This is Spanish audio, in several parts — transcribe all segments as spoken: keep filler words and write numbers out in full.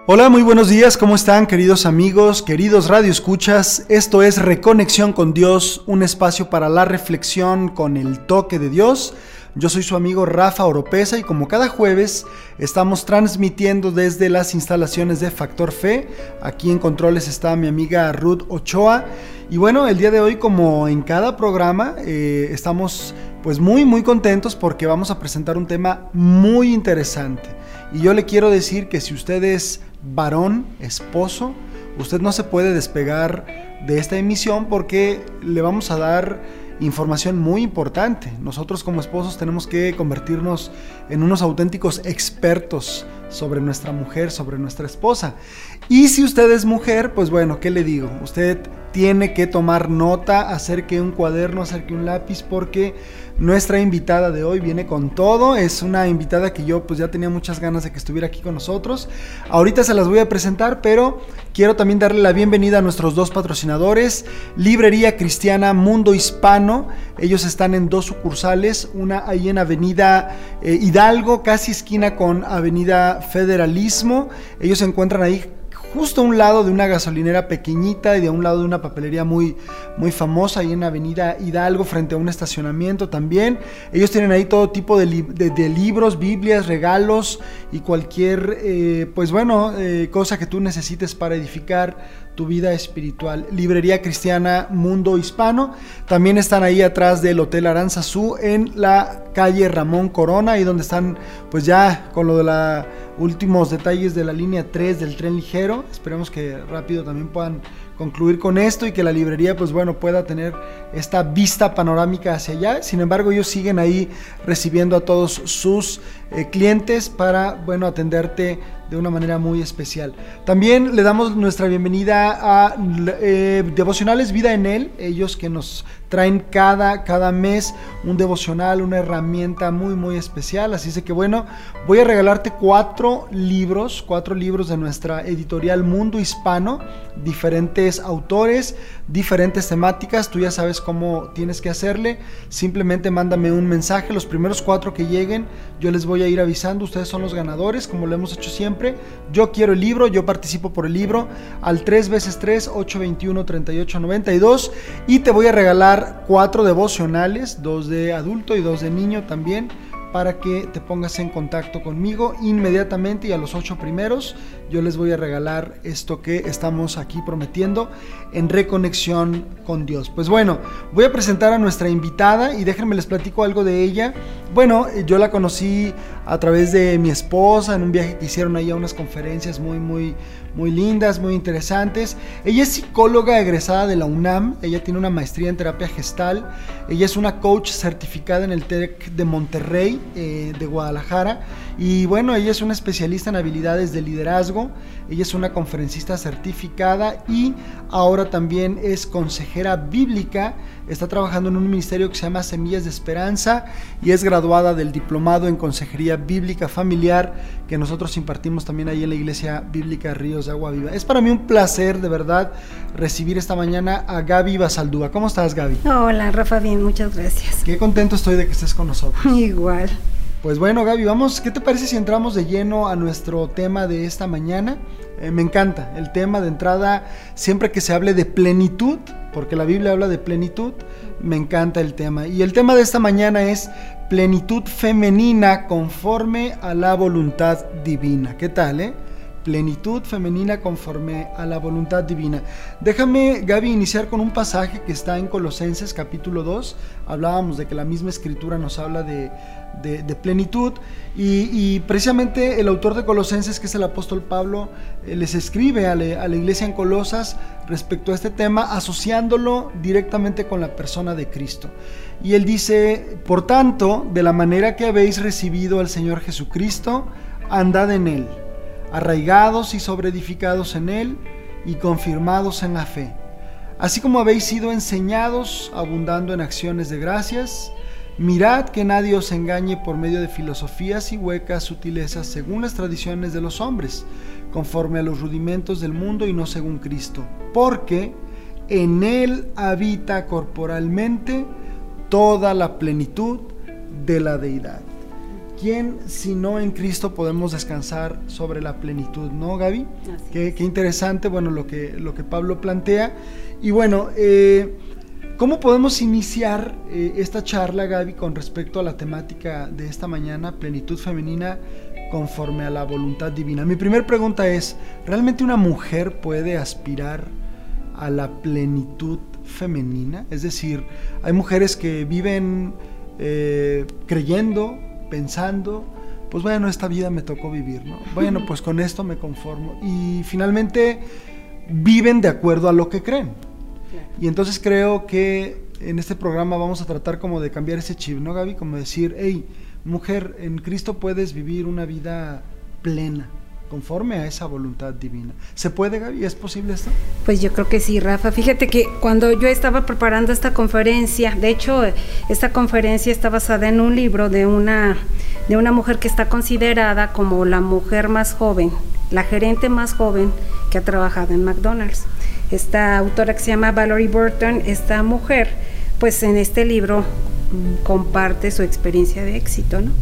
Hola, muy buenos días, ¿cómo están, queridos amigos, queridos radioescuchas? Esto es Reconexión con Dios, un espacio para la reflexión con el toque de Dios. Yo soy su amigo Rafa Oropesa y como cada jueves estamos transmitiendo desde las instalaciones de Factor Fe. Aquí en controles está mi amiga Ruth Ochoa. Y bueno, el día de hoy, como en cada programa, eh, estamos pues muy muy contentos porque vamos a presentar un tema muy interesante. Y yo le quiero decir que si usted es varón, esposo, usted no se puede despegar de esta emisión porque le vamos a dar información muy importante. Nosotros como esposos tenemos que convertirnos en unos auténticos expertos sobre nuestra mujer, sobre nuestra esposa. Y si usted es mujer, pues bueno, ¿qué le digo? Usted tiene que tomar nota, acerque un cuaderno, acerque un lápiz, porque nuestra invitada de hoy viene con todo. Es una invitada que yo pues ya tenía muchas ganas de que estuviera aquí con nosotros. Ahorita se las voy a presentar, pero quiero también darle la bienvenida a nuestros dos patrocinadores. Librería Cristiana Mundo Hispano. Ellos están en dos sucursales, una ahí en Avenida eh, Hidalgo, casi esquina con Avenida Federalismo. Ellos se encuentran ahí justo a un lado de una gasolinera pequeñita y de un lado de una papelería muy, muy famosa ahí en Avenida Hidalgo, frente a un estacionamiento también. Ellos tienen ahí todo tipo de, li- de, de libros, biblias, regalos y cualquier, eh, pues bueno, eh, cosa que tú necesites para edificar tu vida espiritual. Librería Cristiana Mundo Hispano. También están ahí atrás del Hotel Aranzazú en la calle Ramón Corona, ahí donde están pues ya con lo de los últimos detalles de la línea tres del tren ligero. Esperemos que rápido también puedan concluir con esto y que la librería pues bueno pueda tener esta vista panorámica hacia allá. Sin embargo, ellos siguen ahí recibiendo a todos sus eh, clientes para bueno atenderte de una manera muy especial. También le damos nuestra bienvenida a eh, Devocionales Vida en Él, ellos que nos traen cada, cada mes un devocional, una herramienta muy muy especial. Así es que bueno, voy a regalarte cuatro libros, cuatro libros de nuestra editorial Mundo Hispano, diferentes autores, diferentes temáticas. Tú ya sabes cómo tienes que hacerle, simplemente mándame un mensaje, los primeros cuatro que lleguen yo les voy a ir avisando, ustedes son los ganadores, como lo hemos hecho siempre. Yo quiero el libro, yo participo por el libro, al tres veces tres, ocho veintiuno, treinta y ocho noventa y dos, y te voy a regalar cuatro devocionales, dos de adulto y dos de niño también, para que te pongas en contacto conmigo inmediatamente, y a los ocho primeros yo les voy a regalar esto que estamos aquí prometiendo en Reconexión con Dios. Pues bueno, voy a presentar a nuestra invitada y déjenme les platico algo de ella. Bueno, yo la conocí a través de mi esposa en un viaje que hicieron ahí a unas conferencias muy muy muy lindas, muy interesantes. Ella es psicóloga egresada de la UNAM, ella tiene una maestría en terapia gestal, ella es una coach certificada en el TEC de Monterrey, eh, de Guadalajara, y bueno, ella es una especialista en habilidades de liderazgo, ella es una conferencista certificada y ahora también es consejera bíblica. Está trabajando en un ministerio que se llama Semillas de Esperanza y es graduada del diplomado en Consejería Bíblica Familiar que nosotros impartimos también ahí en la Iglesia Bíblica Ríos de Agua Viva. Es para mí un placer, de verdad, recibir esta mañana a Gaby Basaldúa. ¿Cómo estás, Gaby? Hola, Rafa, bien, muchas gracias. Qué contento estoy de que estés con nosotros. Igual. Pues bueno, Gaby, vamos, ¿qué te parece si entramos de lleno a nuestro tema de esta mañana? Eh, me encanta el tema de entrada, siempre que se hable de plenitud, porque la Biblia habla de plenitud, me encanta el tema. Y el tema de esta mañana es plenitud femenina conforme a la voluntad divina. ¿Qué tal, eh? Plenitud femenina conforme a la voluntad divina. Déjame, Gaby, iniciar con un pasaje que está en Colosenses capítulo dos. Hablábamos de que la misma escritura nos habla de, de, de plenitud y, y precisamente el autor de Colosenses, que es el apóstol Pablo, eh, les escribe a, le, a la iglesia en Colosas respecto a este tema, asociándolo directamente con la persona de Cristo. Y él dice: por tanto, de la manera que habéis recibido al Señor Jesucristo, andad en él, arraigados y sobreedificados en él y confirmados en la fe, así como habéis sido enseñados, abundando en acciones de gracias. Mirad que nadie os engañe por medio de filosofías y huecas sutilezas según las tradiciones de los hombres, conforme a los rudimentos del mundo y no según Cristo, porque en él habita corporalmente toda la plenitud de la deidad. ¿quién si no en Cristo podemos descansar sobre la plenitud? ¿No, Gaby? Qué, qué interesante, bueno, lo que, lo que Pablo plantea. Y bueno, eh, ¿cómo podemos iniciar eh, esta charla, Gaby, con respecto a la temática de esta mañana, plenitud femenina conforme a la voluntad divina? Mi primera pregunta es, ¿realmente una mujer puede aspirar a la plenitud femenina? Es decir, hay mujeres que viven eh, creyendo, pensando, pues bueno, esta vida me tocó vivir, ¿no? Bueno, pues con esto me conformo. Y finalmente viven de acuerdo a lo que creen. Y entonces creo que en este programa vamos a tratar como de cambiar ese chip, ¿no, Gaby? Como decir, hey, mujer, en Cristo puedes vivir una vida plena, conforme a esa voluntad divina. ¿Se puede, Gaby? ¿Es posible esto? Pues yo creo que sí, Rafa. Fíjate que cuando yo estaba preparando esta conferencia, de hecho, esta conferencia está basada en un libro de una, de una mujer que está considerada como la mujer más joven, la gerente más joven que ha trabajado en McDonald's. Esta autora que se llama Valerie Burton, esta mujer, pues en este libro mmm, comparte su experiencia de éxito, ¿no?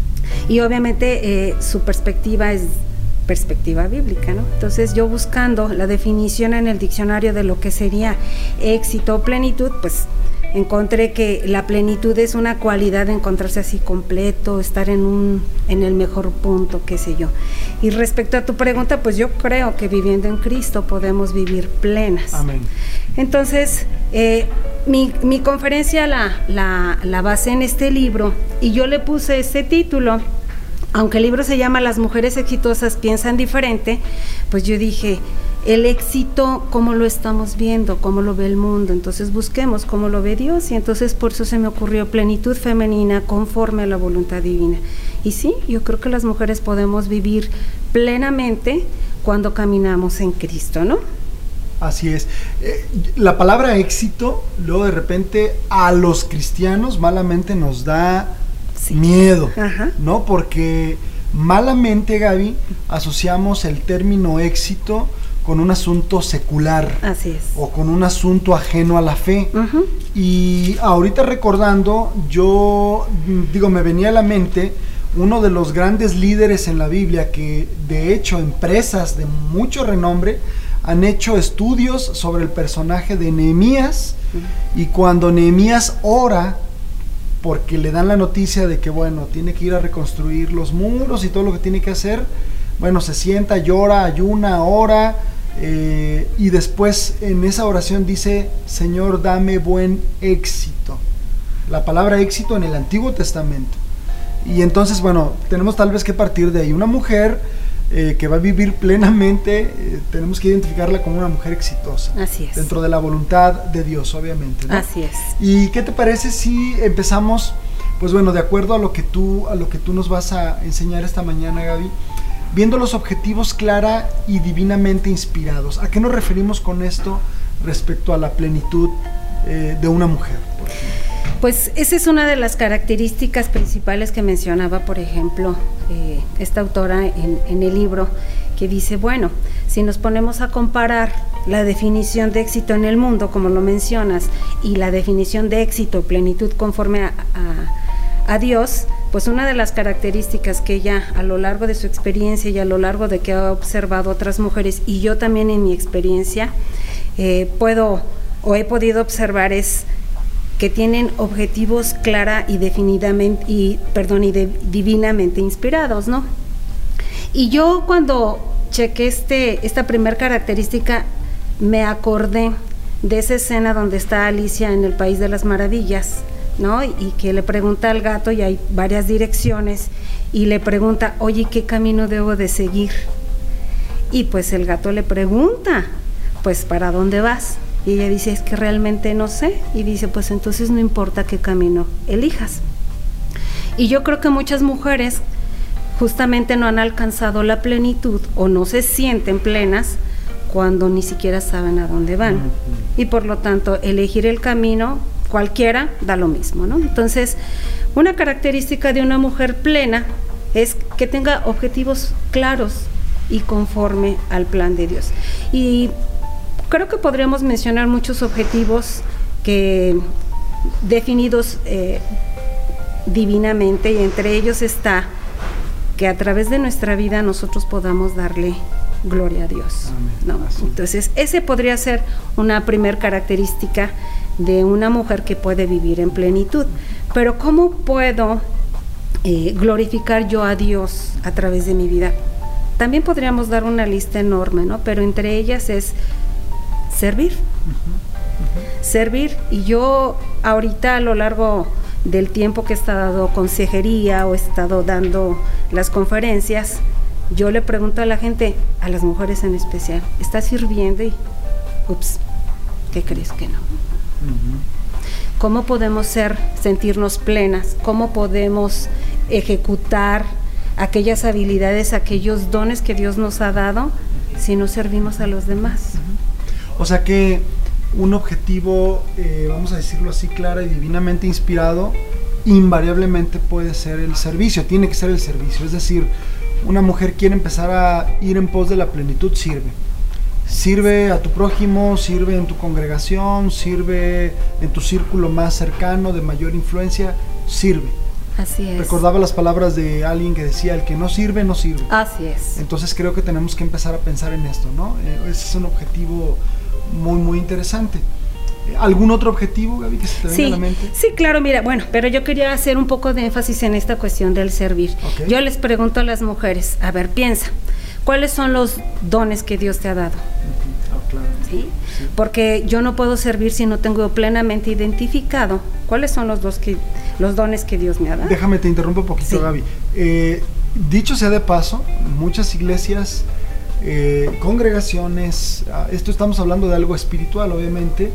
Y obviamente eh, su perspectiva es perspectiva bíblica, ¿no? Entonces yo buscando la definición en el diccionario de lo que sería éxito o plenitud, pues encontré que la plenitud es una cualidad de encontrarse así completo, estar en un en el mejor punto, qué sé yo. Y respecto a tu pregunta, pues yo creo que viviendo en Cristo podemos vivir plenas. Amén. Entonces, eh, mi, mi conferencia la, la, la basé en este libro y yo le puse este título. Aunque el libro se llama Las mujeres exitosas piensan diferente, pues yo dije, el éxito, ¿cómo lo estamos viendo? ¿Cómo lo ve el mundo? Entonces busquemos cómo lo ve Dios, y entonces por eso se me ocurrió plenitud femenina conforme a la voluntad divina. Y sí, yo creo que las mujeres podemos vivir plenamente cuando caminamos en Cristo, ¿no? Así es. Eh, la palabra éxito, luego de repente a los cristianos malamente nos da sí. miedo, Ajá. ¿no? Porque malamente, Gaby, asociamos el término éxito con un asunto secular. Así es. O con un asunto ajeno a la fe. Uh-huh. Y ahorita recordando, yo digo, me venía a la mente uno de los grandes líderes en la Biblia que, de hecho, empresas de mucho renombre han hecho estudios sobre el personaje de Nehemías, uh-huh. y cuando Nehemías ora, porque le dan la noticia de que, bueno, tiene que ir a reconstruir los muros y todo lo que tiene que hacer, bueno, se sienta, llora, ayuna, ora, eh, y después en esa oración dice, Señor, dame buen éxito. La palabra éxito en el Antiguo Testamento. Y entonces, bueno, tenemos tal vez que partir de ahí. Una mujer eh, que va a vivir plenamente, eh, tenemos que identificarla como una mujer exitosa. Así es. Dentro de la voluntad de Dios, obviamente, ¿no? Así es. ¿Y qué te parece si empezamos, pues bueno, de acuerdo a lo que tú, a lo que tú nos vas a enseñar esta mañana, Gaby, viendo los objetivos clara y divinamente inspirados? ¿A qué nos referimos con esto respecto a la plenitud eh, de una mujer, por ejemplo? Pues esa es una de las características principales que mencionaba, por ejemplo, eh, esta autora en, en el libro, que dice, bueno, si nos ponemos a comparar la definición de éxito en el mundo, como lo mencionas, y la definición de éxito, plenitud conforme a, a, a Dios, pues una de las características que ella a lo largo de su experiencia y a lo largo de que ha observado otras mujeres, y yo también en mi experiencia, eh, puedo o he podido observar es que tienen objetivos clara y definidamente y perdón y de, divinamente inspirados, ¿no? Y yo cuando chequé este esta primer característica me acordé de esa escena donde está Alicia en el País de las Maravillas, ¿no? Y, y que le pregunta al gato, y hay varias direcciones, y le pregunta, oye, ¿qué camino debo de seguir? Y pues el gato le pregunta, pues, ¿para dónde vas? Y ella dice, es que realmente no sé. Y dice, pues entonces no importa qué camino elijas. Y yo creo que muchas mujeres justamente no han alcanzado la plenitud o no se sienten plenas cuando ni siquiera saben a dónde van. Uh-huh. Y por lo tanto, elegir el camino cualquiera da lo mismo, ¿no? Entonces, una característica de una mujer plena es que tenga objetivos claros y conforme al plan de Dios. Y creo que podríamos mencionar muchos objetivos que definidos eh, divinamente, y entre ellos está que a través de nuestra vida nosotros podamos darle gloria a Dios, ¿no? Entonces, ese podría ser una primer característica de una mujer que puede vivir en plenitud. Pero ¿cómo puedo eh, glorificar yo a Dios a través de mi vida? También podríamos dar una lista enorme, ¿no? Pero entre ellas es servir. Uh-huh. Uh-huh. Servir. Y yo ahorita, a lo largo del tiempo que he estado dando consejería o he estado dando las conferencias, yo le pregunto a la gente, a las mujeres en especial, ¿estás sirviendo? Y, ups, ¿qué crees que no? Uh-huh. ¿Cómo podemos ser, sentirnos plenas? ¿Cómo podemos ejecutar aquellas habilidades, aquellos dones que Dios nos ha dado si no servimos a los demás? O sea que un objetivo, eh, vamos a decirlo así, claro y divinamente inspirado, invariablemente puede ser el servicio, tiene que ser el servicio. Es decir, una mujer quiere empezar a ir en pos de la plenitud, sirve. Sirve a tu prójimo, sirve en tu congregación, sirve en tu círculo más cercano, de mayor influencia, sirve. Así es. Recordaba las palabras de alguien que decía, el que no sirve, no sirve. Así es. Entonces creo que tenemos que empezar a pensar en esto, ¿no? Eh, ese es un objetivo muy, muy interesante. ¿Algún otro objetivo, Gaby, que se te venga sí, a la mente? Sí, claro, mira, bueno, pero yo quería hacer un poco de énfasis en esta cuestión del servir. Okay. Yo les pregunto a las mujeres, a ver, piensa, ¿cuáles son los dones que Dios te ha dado? Uh-huh. Oh, claro. ¿Sí? Sí. Porque yo no puedo servir si no tengo plenamente identificado cuáles son los dos que los dones que Dios me ha dado. Déjame te interrumpo un poquito, sí. Gaby. Eh, dicho sea de paso, muchas iglesias, eh, congregaciones, esto estamos hablando de algo espiritual, obviamente,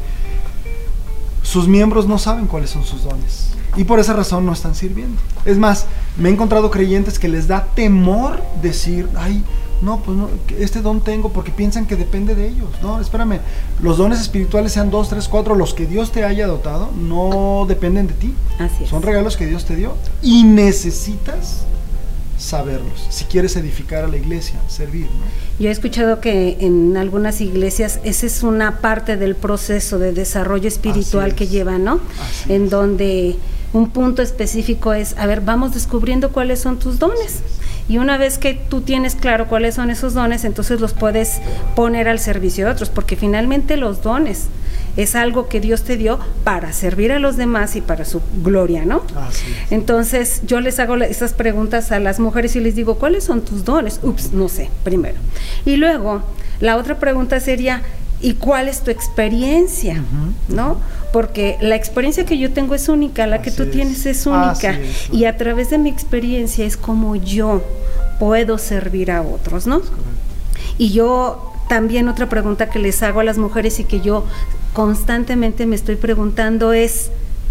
sus miembros no saben cuáles son sus dones y por esa razón no están sirviendo. Es más, me he encontrado creyentes que les da temor decir, ay, no, pues no, este don tengo, porque piensan que depende de ellos. No, espérame, los dones espirituales, sean dos, tres, cuatro, los que Dios te haya dotado, no dependen de ti. Así es. Son regalos que Dios te dio y necesitas saberlos si quieres edificar a la iglesia, servir, ¿no? Yo he escuchado que en algunas iglesias esa es una parte del proceso de desarrollo espiritual que llevan, ¿no? Así en es. Donde un punto específico es, a ver, vamos descubriendo cuáles son tus dones. Y una vez que tú tienes claro cuáles son esos dones, entonces los puedes poner al servicio de otros, porque finalmente los dones es algo que Dios te dio para servir a los demás y para su gloria, ¿no? Así es. Entonces yo les hago estas preguntas a las mujeres y les digo, ¿cuáles son tus dones? Ups, no sé, primero. Y luego, la otra pregunta sería, ¿y cuál es tu experiencia? Uh-huh, ¿no? Uh-huh. Porque la experiencia que yo tengo es única, la que Así tú es. tienes es única. Es, ¿no? Y a través de mi experiencia es como yo puedo servir a otros, ¿no? Y yo también otra pregunta que les hago a las mujeres y que yo constantemente me estoy preguntando es,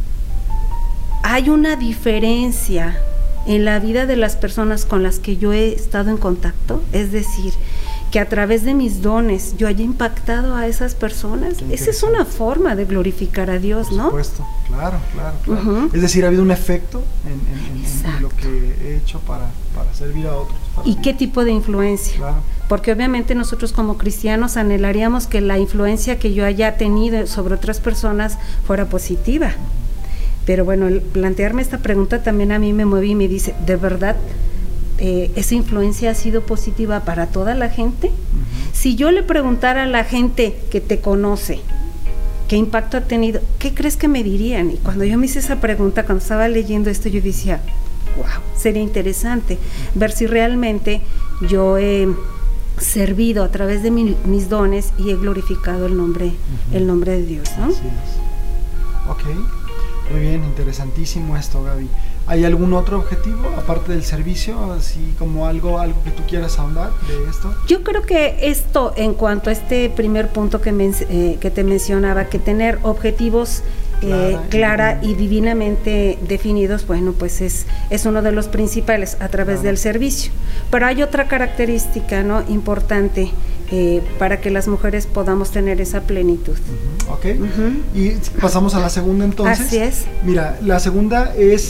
¿hay una diferencia en la vida de las personas con las que yo he estado en contacto? Es decir, que a través de mis dones yo haya impactado a esas personas. Esa es una forma de glorificar a Dios, ¿no? Por supuesto, claro, claro, claro. Uh-huh. Es decir, ha habido un efecto en, en, en, en lo que he hecho para, para servir a otros. ¿Y vivir. Qué tipo de influencia? Claro. Porque obviamente nosotros como cristianos anhelaríamos que la influencia que yo haya tenido sobre otras personas fuera positiva. Uh-huh. Pero bueno, el plantearme esta pregunta también a mí me mueve y me dice, ¿de verdad Eh, esa influencia ha sido positiva para toda la gente? Uh-huh. Si yo le preguntara a la gente que te conoce qué impacto ha tenido, ¿qué crees que me dirían? Y cuando yo me hice esa pregunta, cuando estaba leyendo esto, yo decía, wow, sería interesante ver si realmente yo he servido a través de mi, mis dones y he glorificado el nombre, uh-huh. el nombre de Dios, ¿no? Así es. Ok, muy bien, interesantísimo esto, Gaby. ¿Hay algún otro objetivo aparte del servicio, así como algo algo que tú quieras ahondar de esto? Yo creo que esto, en cuanto a este primer punto que, men- eh, que te mencionaba, que tener objetivos eh, clara y, y divinamente definidos, bueno, pues es, es uno de los principales a través claro. del servicio. Pero hay otra característica, ¿no?, importante eh, para que las mujeres podamos tener esa plenitud. Uh-huh. Ok, uh-huh. Y pasamos a la segunda entonces. Así es. Mira, la segunda es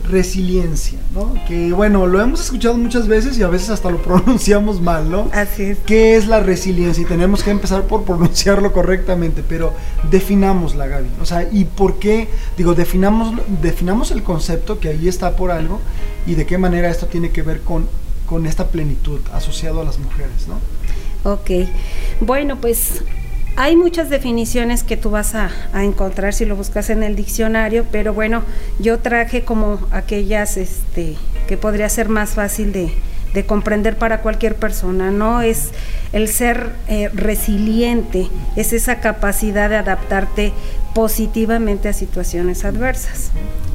resiliencia, ¿no? Que bueno, lo hemos escuchado muchas veces y a veces hasta lo pronunciamos mal, ¿no? Así es. ¿Qué es la resiliencia? Y tenemos que empezar por pronunciarlo correctamente, pero definámosla, Gaby. O sea, ¿y por qué? Digo, definamos, definamos el concepto, que ahí está por algo, y de qué manera esto tiene que ver con, con esta plenitud asociado a las mujeres, ¿no? Ok. Bueno, pues hay muchas definiciones que tú vas a, a encontrar si lo buscas en el diccionario, pero bueno, yo traje como aquellas este, que podría ser más fácil de, de comprender para cualquier persona, ¿no? Es el ser eh, resiliente, es esa capacidad de adaptarte positivamente a situaciones adversas.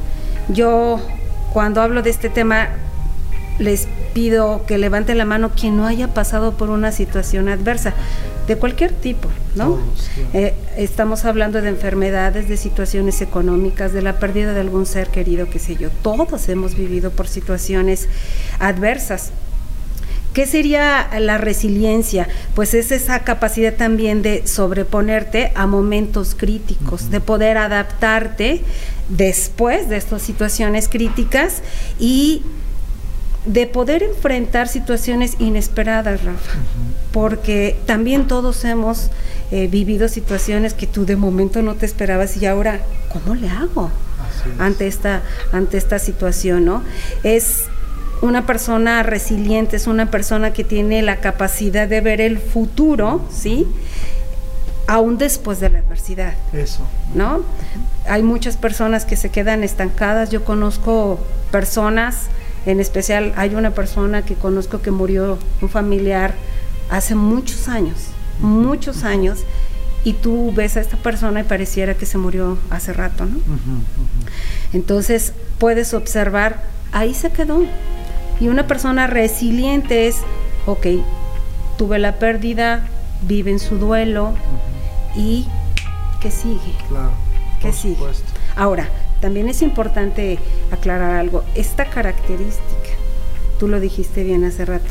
Yo, cuando hablo de este tema, les pido que levante la mano quien no haya pasado por una situación adversa, de cualquier tipo, ¿no? Todos, claro. eh, estamos hablando de enfermedades, de situaciones económicas, de la pérdida de algún ser querido, qué sé yo. Todos hemos vivido por situaciones adversas. ¿Qué sería la resiliencia? Pues es esa capacidad también de sobreponerte a momentos críticos, uh-huh. de poder adaptarte después de estas situaciones críticas y de poder enfrentar situaciones inesperadas, Rafa, uh-huh. porque también todos hemos eh, vivido situaciones que tú de momento no te esperabas y ahora, ¿cómo le hago ante esta, ante esta situación, ¿no? Es una persona resiliente, es una persona que tiene la capacidad de ver el futuro, ¿sí?, aún después de la adversidad. Eso. ¿No? Hay muchas personas que se quedan estancadas. Yo conozco personas, en especial hay una persona que conozco que murió, un familiar, hace muchos años, muchos años, y tú ves a esta persona y pareciera que se murió hace rato, ¿no? Uh-huh, uh-huh. Entonces puedes observar, ahí se quedó. Y una persona resiliente es, ok, tuve la pérdida, vive en su duelo, uh-huh. y ¿qué sigue? Claro, ¿qué sigue? Supuesto. Ahora, también es importante aclarar algo. Esta característica, tú lo dijiste bien hace rato,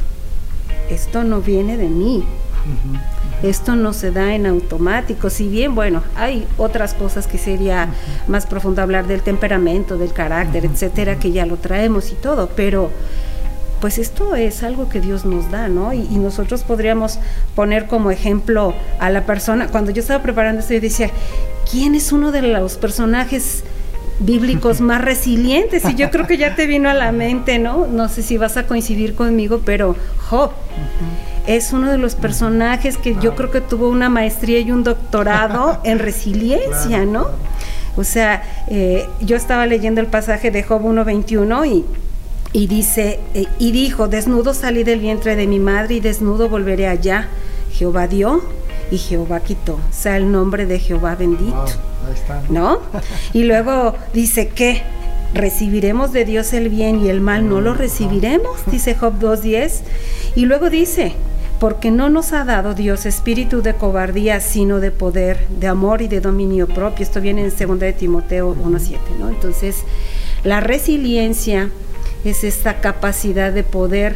esto no viene de mí, uh-huh, uh-huh. esto no se da en automático. Si bien, bueno, hay otras cosas que sería uh-huh. más profundo hablar del temperamento, del carácter, uh-huh. etcétera, que ya lo traemos y todo, pero pues esto es algo que Dios nos da, ¿no? Y, y nosotros podríamos poner como ejemplo a la persona. Cuando yo estaba preparando esto, yo decía, ¿quién es uno de los personajes bíblicos más resilientes? Y yo creo que ya te vino a la mente, ¿no? No sé si vas a coincidir conmigo, pero Job uh-huh. es uno de los personajes que yo creo que tuvo una maestría y un doctorado en resiliencia, claro, ¿no? Claro. O sea, eh, yo estaba leyendo el pasaje de Job uno veintiuno y Y dice, eh, y dijo, desnudo salí del vientre de mi madre y desnudo volveré allá. Jehová dio y Jehová quitó. Sea el nombre de Jehová bendito. Wow, ahí está, ¿no? Y luego dice que recibiremos de Dios el bien y el mal no lo recibiremos, dice Job dos diez. Y luego dice, porque no nos ha dado Dios espíritu de cobardía, sino de poder, de amor y de dominio propio. Esto viene en segunda de Timoteo uno siete, ¿no? Entonces, la resiliencia es esta capacidad de poder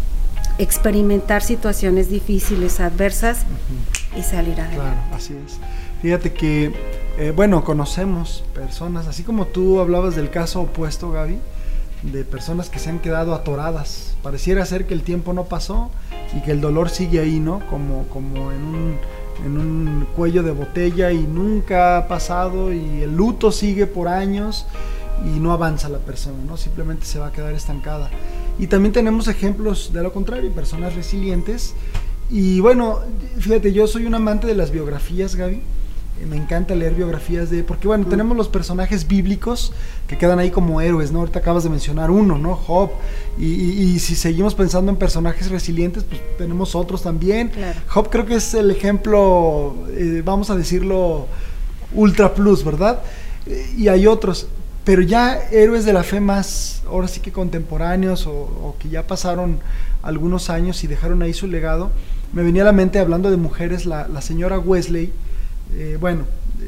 experimentar situaciones difíciles, adversas, uh-huh. y salir adelante. Claro, así es. Fíjate que, eh, bueno, conocemos personas, así como tú hablabas del caso opuesto, Gaby, de personas que se han quedado atoradas. Pareciera ser que el tiempo no pasó y que el dolor sigue ahí, ¿no? Como, como en un, en un cuello de botella y nunca ha pasado y el luto sigue por años. Y no avanza la persona, ¿no? Simplemente se va a quedar estancada. Y también tenemos ejemplos de lo contrario, personas resilientes. Y bueno, fíjate, yo soy un amante de las biografías, Gaby. Eh, me encanta leer biografías de... Porque bueno, mm. tenemos los personajes bíblicos que quedan ahí como héroes, ¿no? Ahorita acabas de mencionar uno, ¿no? Job. Y, y, y si seguimos pensando en personajes resilientes, pues tenemos otros también. Claro. Job creo que es el ejemplo, eh, vamos a decirlo, ultra plus, ¿verdad? Eh, y hay otros... Pero ya héroes de la fe más, ahora sí que contemporáneos o, o que ya pasaron algunos años y dejaron ahí su legado, me venía a la mente, hablando de mujeres, la, la señora Wesley, eh, bueno,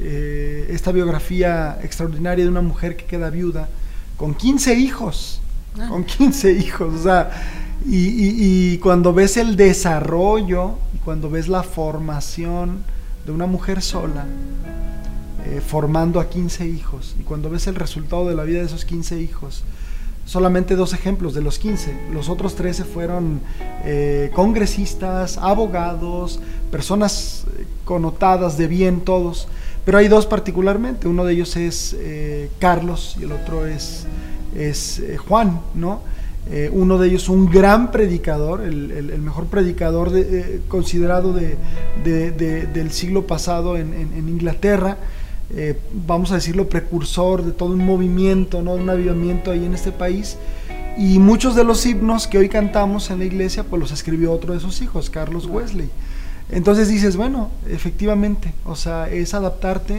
eh, esta biografía extraordinaria de una mujer que queda viuda con quince hijos, ah. con quince hijos, o sea, y, y, y cuando ves el desarrollo, y cuando ves la formación de una mujer sola, Eh, formando a quince hijos, y cuando ves el resultado de la vida de esos quince hijos, solamente dos ejemplos de los quince. Los otros trece fueron eh, congresistas, abogados, personas connotadas de bien, todos. Pero hay dos particularmente. Uno de ellos es eh, Carlos y el otro es, es eh, Juan, ¿no? Eh, uno de ellos un gran predicador, el, el, el mejor predicador de, eh, considerado de, de, de, del siglo pasado en, en, en Inglaterra. Eh, vamos a decirlo, precursor de todo un movimiento, ¿no? Un avivamiento ahí en este país, y muchos de los himnos que hoy cantamos en la iglesia pues los escribió otro de sus hijos, Carlos Wesley. Entonces dices, bueno, efectivamente, o sea, es adaptarte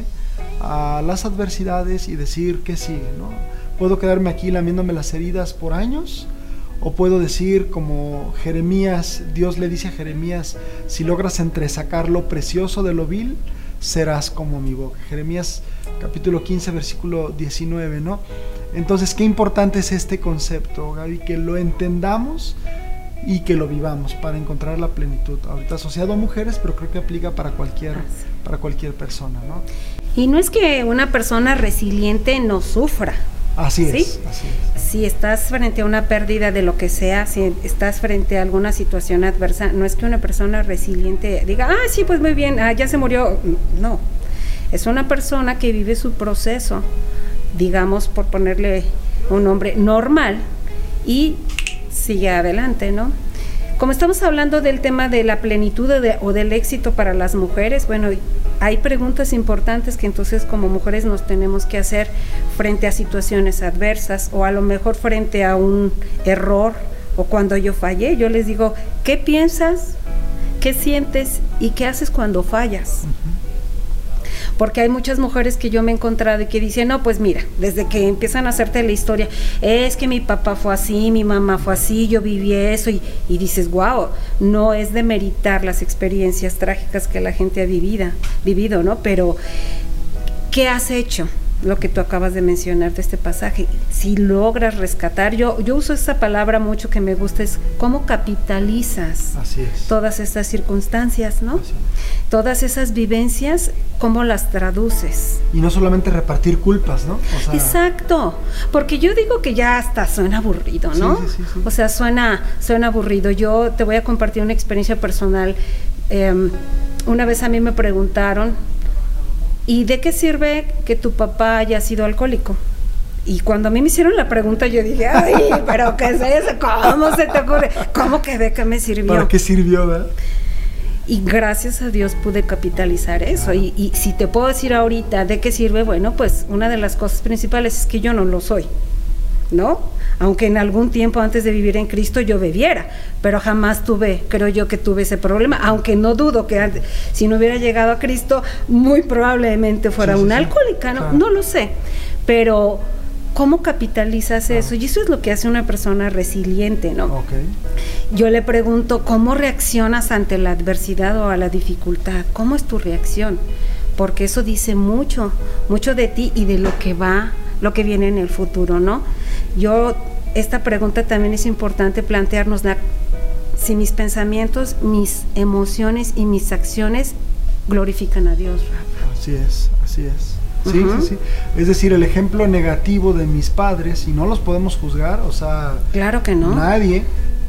a las adversidades y decir qué sigue, ¿no? Puedo quedarme aquí lamiéndome las heridas por años, o puedo decir como Jeremías, Dios le dice a Jeremías, si logras entresacar lo precioso de lo vil, serás como mi boca. Jeremías capítulo quince versículo diecinueve, ¿no? Entonces, qué importante es este concepto, Gaby, que lo entendamos y que lo vivamos para encontrar la plenitud. Ahorita asociado a mujeres, pero creo que aplica para cualquier, para cualquier persona, ¿no? Y no es que una persona resiliente no sufra. Así ¿sí? es, así es. Si estás frente a una pérdida de lo que sea, si estás frente a alguna situación adversa, no es que una persona resiliente diga, ah, sí, pues muy bien, ah, ya se murió. No, es una persona que vive su proceso, digamos, por ponerle un nombre normal, y sigue adelante, ¿no? Como estamos hablando del tema de la plenitud o, de, o del éxito para las mujeres, bueno, hay preguntas importantes que entonces como mujeres nos tenemos que hacer frente a situaciones adversas, o a lo mejor frente a un error, o cuando yo fallé. Yo les digo, ¿qué piensas? ¿Qué sientes? ¿Y qué haces cuando fallas? Uh-huh. Porque hay muchas mujeres que yo me he encontrado y que dicen, no, pues mira, desde que empiezan a hacerte la historia, es que mi papá fue así, mi mamá fue así, yo viví eso, y, y dices, wow, no es de meritar las experiencias trágicas que la gente ha vivido, vivido, ¿no? Pero, ¿qué has hecho? Lo que tú acabas de mencionar de este pasaje, si logras rescatar, yo, yo uso esa palabra mucho que me gusta, es cómo capitalizas Así es. todas estas circunstancias, ¿no? Así es. Todas esas vivencias, cómo las traduces. Y no solamente repartir culpas, ¿no? O sea, exacto, porque yo digo que ya hasta suena aburrido, ¿no? Sí, sí, sí, sí. O sea, suena, suena aburrido. Yo te voy a compartir una experiencia personal. Eh, una vez a mí me preguntaron, ¿y de qué sirve que tu papá haya sido alcohólico? Y cuando a mí me hicieron la pregunta, yo dije, ay, pero ¿qué es eso? ¿Cómo se te ocurre? ¿Cómo que de qué me sirvió? ¿Para qué sirvió, verdad? Y gracias a Dios pude capitalizar eso. Claro. Y, y si te puedo decir ahorita de qué sirve, bueno, pues una de las cosas principales es que yo no lo soy, ¿no? Aunque en algún tiempo antes de vivir en Cristo yo bebiera, pero jamás tuve, creo yo que tuve ese problema, aunque no dudo que antes, si no hubiera llegado a Cristo, muy probablemente fuera sí, sí, una sí. alcohólica, ¿no? Claro. No lo sé, pero ¿cómo capitalizas claro. eso? Y eso es lo que hace una persona resiliente, ¿no? Okay. Yo le pregunto, ¿cómo reaccionas ante la adversidad o a la dificultad? ¿Cómo es tu reacción? Porque eso dice mucho, mucho de ti y de lo que va, lo que viene en el futuro, ¿no? Yo, esta pregunta también es importante plantearnosla. Si mis pensamientos, mis emociones y mis acciones glorifican a Dios, Rafa. Así es, así es. Sí, uh-huh. sí, sí. Es decir, el ejemplo negativo de mis padres, y no los podemos juzgar, o sea, claro que no. Nadie,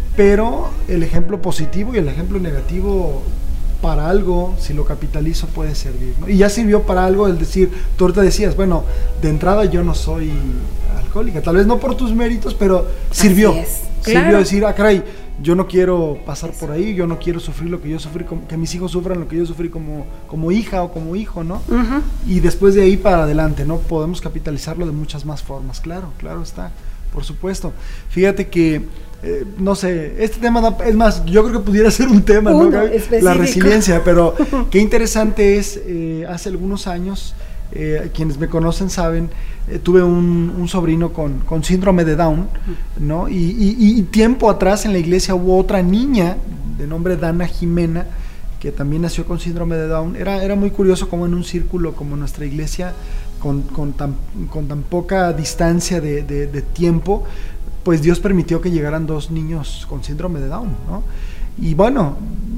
pero el ejemplo positivo y el ejemplo negativo para algo, si lo capitalizo, puede servir, ¿no? Y ya sirvió para algo el decir, tú ahorita decías, bueno, de entrada yo no soy alcohólica, tal vez no por tus méritos, pero sirvió. Así es. Sirvió Claro. decir, ah, caray, yo no quiero pasar por ahí, yo no quiero sufrir lo que yo sufrí, como, que mis hijos sufran lo que yo sufrí como, como hija o como hijo, ¿no? Uh-huh. Y después de ahí para adelante, ¿no? Podemos capitalizarlo de muchas más formas, claro, claro está, por supuesto. Fíjate que, eh, no sé, este tema, da, es más, yo creo que pudiera ser un tema, Uno, ¿no? específico. La resiliencia, pero qué interesante es, eh, hace algunos años, eh, quienes me conocen saben, eh, tuve un, un sobrino con, con síndrome de Down, ¿no? Y, y, y tiempo atrás en la iglesia hubo otra niña de nombre Dana Jimena, que también nació con síndrome de Down. Era, era muy curioso como en un círculo como nuestra iglesia, con, con, tan, con tan poca distancia de, de, de tiempo, pues Dios permitió que llegaran dos niños con síndrome de Down, ¿no? Y bueno,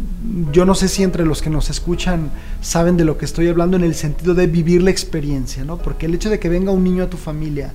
yo no sé si entre los que nos escuchan saben de lo que estoy hablando en el sentido de vivir la experiencia, ¿no? Porque el hecho de que venga un niño a tu familia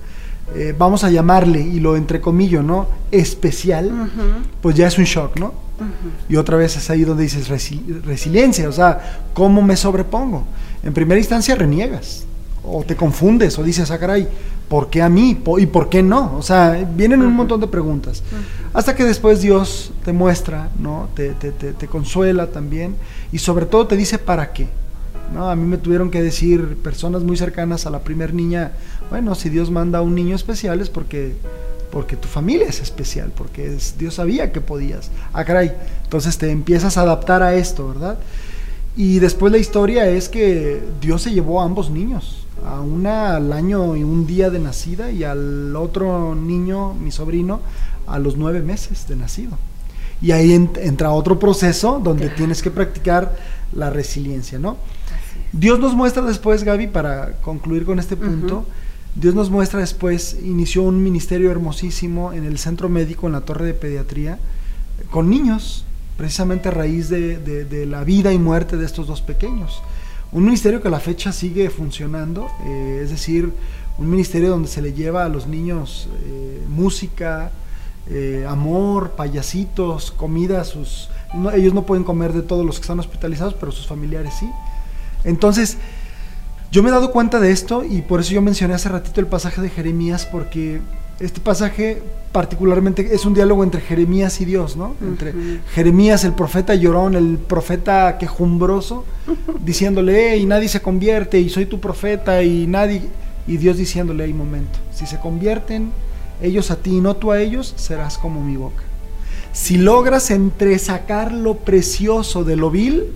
eh, vamos a llamarle, y lo entrecomillo, ¿no? Especial, uh-huh. pues ya es un shock, ¿no? Uh-huh. Y otra vez es ahí donde dices resi- resiliencia, o sea, ¿cómo me sobrepongo? En primera instancia reniegas, o te confundes, o dices, ah, caray, ¿por qué a mí? ¿Y por qué no? O sea, vienen uh-huh. un montón de preguntas. Uh-huh. Hasta que después Dios te muestra, ¿no? Te, te, te, te consuela también, y sobre todo te dice para qué. ¿No? A mí me tuvieron que decir personas muy cercanas a la primer niña, bueno, si Dios manda a un niño especial es porque, porque tu familia es especial, porque es, Dios sabía que podías. Ah, caray, entonces te empiezas a adaptar a esto, ¿verdad? Y después la historia es que Dios se llevó a ambos niños, a una al año y un día de nacida, y al otro niño, mi sobrino, a los nueve meses de nacido. Y ahí ent- entra otro proceso donde claro. tienes que practicar la resiliencia, ¿no? Dios nos muestra después, Gaby, para concluir con este punto, uh-huh. Dios nos muestra después, inició un ministerio hermosísimo en el centro médico, en la torre de pediatría, con niños, precisamente a raíz de, de, de la vida y muerte de estos dos pequeños. Un ministerio que a la fecha sigue funcionando, eh, es decir, un ministerio donde se le lleva a los niños eh, música, eh, amor, payasitos, comida, sus, no, ellos no pueden comer de todos los que están hospitalizados, pero sus familiares sí. Entonces, yo me he dado cuenta de esto, y por eso yo mencioné hace ratito el pasaje de Jeremías, porque este pasaje particularmente es un diálogo entre Jeremías y Dios, ¿no? Uh-huh. Entre Jeremías, el profeta llorón, el profeta quejumbroso, diciéndole, hey, nadie se convierte, y soy tu profeta, y nadie, y Dios diciéndole, hay momento, si se convierten ellos a ti y no tú a ellos, serás como mi boca. Si logras entresacar lo precioso de lo vil,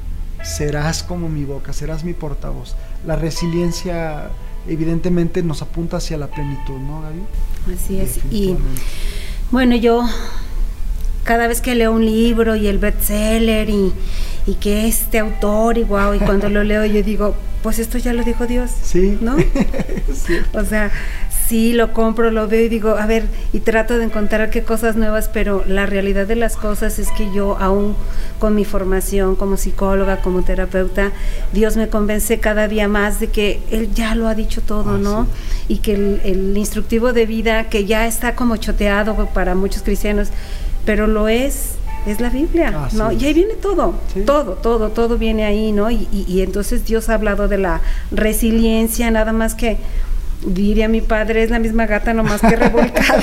serás como mi boca, serás mi portavoz. La resiliencia evidentemente nos apunta hacia la plenitud, ¿no, Gaby? Así es. Y bueno, yo cada vez que leo un libro y el bestseller y, y que este autor y wow, y cuando lo leo yo digo, pues esto ya lo dijo Dios, sí, ¿no? Sí. O sea, sí, lo compro, lo veo y digo, a ver, y trato de encontrar qué cosas nuevas, pero la realidad de las cosas es que yo, aún con mi formación como psicóloga, como terapeuta, Dios me convence cada día más de que Él ya lo ha dicho todo, ah, ¿no? Sí. Y que el, el instructivo de vida, que ya está como choteado para muchos cristianos, pero lo es, es la Biblia, ah, ¿no? Sí. Y ahí viene todo, sí. todo, todo, todo viene ahí, ¿no? Y, y, y entonces Dios ha hablado de la resiliencia, nada más que diría mi padre, es la misma gata nomás que revolcada,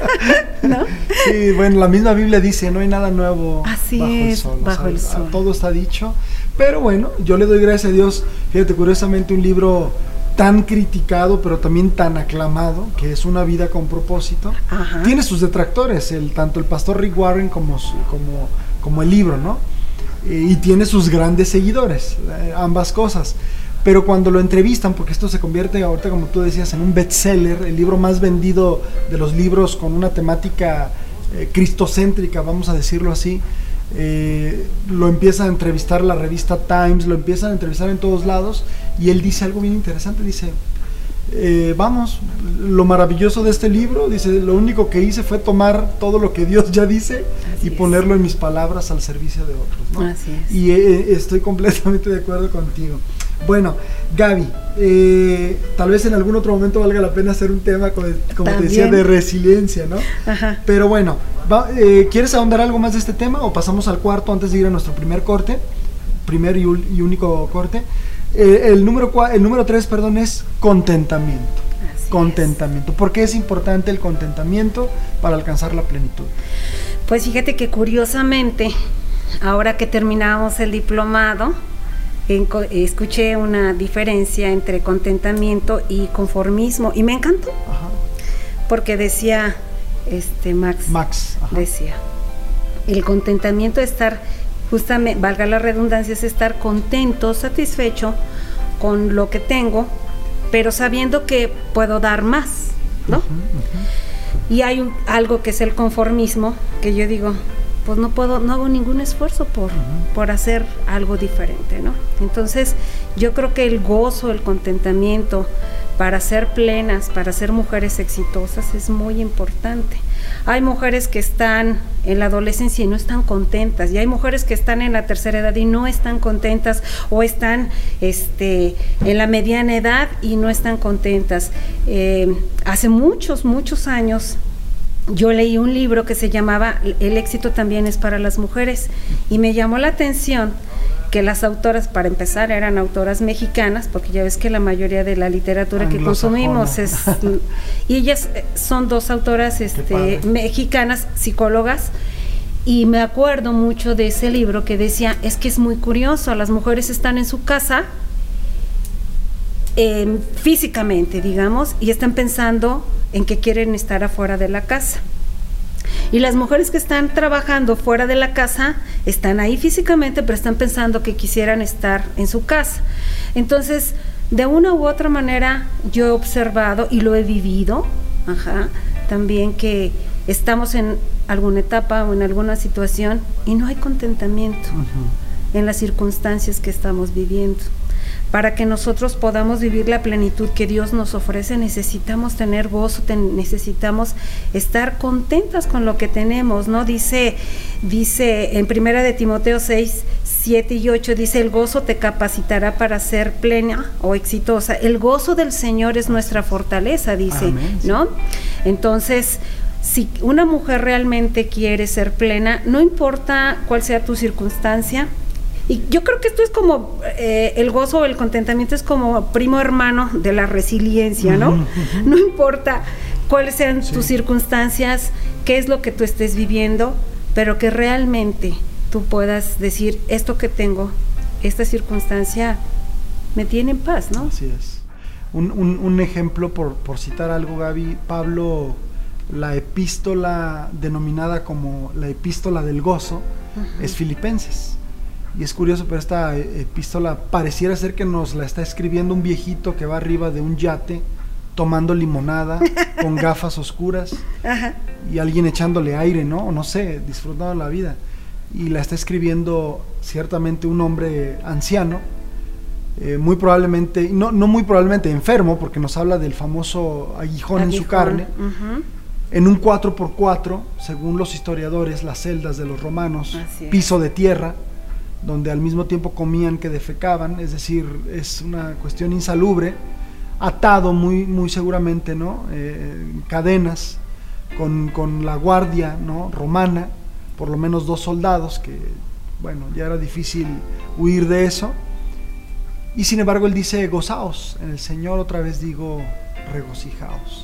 ¿no? Sí, bueno, la misma Biblia dice, no hay nada nuevo Así bajo es, el sol. bajo o sea, el sol. Todo está dicho, pero bueno, yo le doy gracias a Dios. Fíjate, curiosamente un libro tan criticado, pero también tan aclamado, que es Una vida con propósito, ajá. tiene sus detractores, el, tanto el pastor Rick Warren como, como, como el libro, ¿no? Eh, y tiene sus grandes seguidores, eh, ambas cosas. Pero cuando lo entrevistan, porque esto se convierte ahorita, como tú decías, en un bestseller, el libro más vendido de los libros con una temática eh, cristocéntrica, vamos a decirlo así, eh, lo empieza a entrevistar la revista Times, lo empiezan a entrevistar en todos lados, y él dice algo bien interesante, dice, eh, vamos, lo maravilloso de este libro, dice, lo único que hice fue tomar todo lo que Dios ya dice Así y ponerlo es. en mis palabras al servicio de otros, ¿no? Así es. Y eh, estoy completamente de acuerdo contigo. Bueno, Gaby, eh, tal vez en algún otro momento valga la pena hacer un tema, como, como te decía, de resiliencia, ¿no? Ajá. Pero bueno, va, eh, ¿quieres ahondar algo más de este tema o pasamos al cuarto antes de ir a nuestro primer corte? Primer y, y único corte. Eh, el número cua, el número tres, perdón, es contentamiento. Así contentamiento. Es. ¿Por qué es importante el contentamiento para alcanzar la plenitud? Pues fíjate que curiosamente, ahora que terminamos el diplomado, En, escuché una diferencia entre contentamiento y conformismo y me encantó. Ajá. Porque decía este Max, Max ajá. decía, el contentamiento es estar, justamente, valga la redundancia, es estar contento, satisfecho con lo que tengo, pero sabiendo que puedo dar más, ¿no? Uh-huh, uh-huh. Y hay un, algo que es el conformismo, que yo digo, pues no puedo, no hago ningún esfuerzo por, uh-huh. por hacer algo diferente, ¿no? Entonces, yo creo que el gozo, el contentamiento para ser plenas, para ser mujeres exitosas es muy importante. Hay mujeres que están en la adolescencia y no están contentas, y hay mujeres que están en la tercera edad y no están contentas, o están este, en la mediana edad y no están contentas. Eh, hace muchos, muchos años yo leí un libro que se llamaba El éxito también es para las mujeres, y me llamó la atención que las autoras, para empezar, eran autoras mexicanas, porque ya ves que la mayoría de la literatura que consumimos es, y ellas son dos autoras este, mexicanas, psicólogas, y me acuerdo mucho de ese libro que decía, es que es muy curioso, las mujeres están en su casa, eh, físicamente, digamos, y están pensando en que quieren estar afuera de la casa. Y las mujeres que están trabajando fuera de la casa están ahí físicamente, pero están pensando que quisieran estar en su casa. Entonces, de una u otra manera, yo he observado y lo he vivido, ajá, también que estamos en alguna etapa o en alguna situación y no hay contentamiento uh-huh. en las circunstancias que estamos viviendo. Para que nosotros podamos vivir la plenitud que Dios nos ofrece, necesitamos tener gozo, ten, necesitamos estar contentas con lo que tenemos, ¿no? Dice, dice en primera de Timoteo seis, siete y ocho, dice, el gozo te capacitará para ser plena o exitosa. El gozo del Señor es nuestra fortaleza, dice, amén, ¿no? Sí. Entonces, si una mujer realmente quiere ser plena, no importa cuál sea tu circunstancia. Y yo creo que esto es como, eh, el gozo o el contentamiento es como primo hermano de la resiliencia, ¿no? Uh-huh, uh-huh. No importa cuáles sean sí. tus circunstancias, qué es lo que tú estés viviendo, pero que realmente tú puedas decir, esto que tengo, esta circunstancia, me tiene en paz, ¿no? Así es. Un, un, un ejemplo, por, por citar algo, Gaby, Pablo, la epístola denominada como la epístola del gozo, uh-huh. es Filipenses. Y es curioso, pero esta epístola pareciera ser que nos la está escribiendo un viejito que va arriba de un yate tomando limonada con gafas oscuras Ajá. y alguien echándole aire, ¿no? O no sé, disfrutando la vida. Y la está escribiendo ciertamente un hombre anciano, eh, muy probablemente, no, no muy probablemente enfermo, porque nos habla del famoso aguijón, aguijón. en su carne, uh-huh. en un cuatro por cuatro, según los historiadores, las celdas de los romanos, piso de tierra, donde al mismo tiempo comían que defecaban, es decir, es una cuestión insalubre, atado muy, muy seguramente, ¿no? Eh, cadenas, con, con la guardia, ¿no? romana, por lo menos dos soldados, que bueno, ya era difícil huir de eso, y sin embargo él dice, gozaos en el Señor, otra vez digo, regocijaos.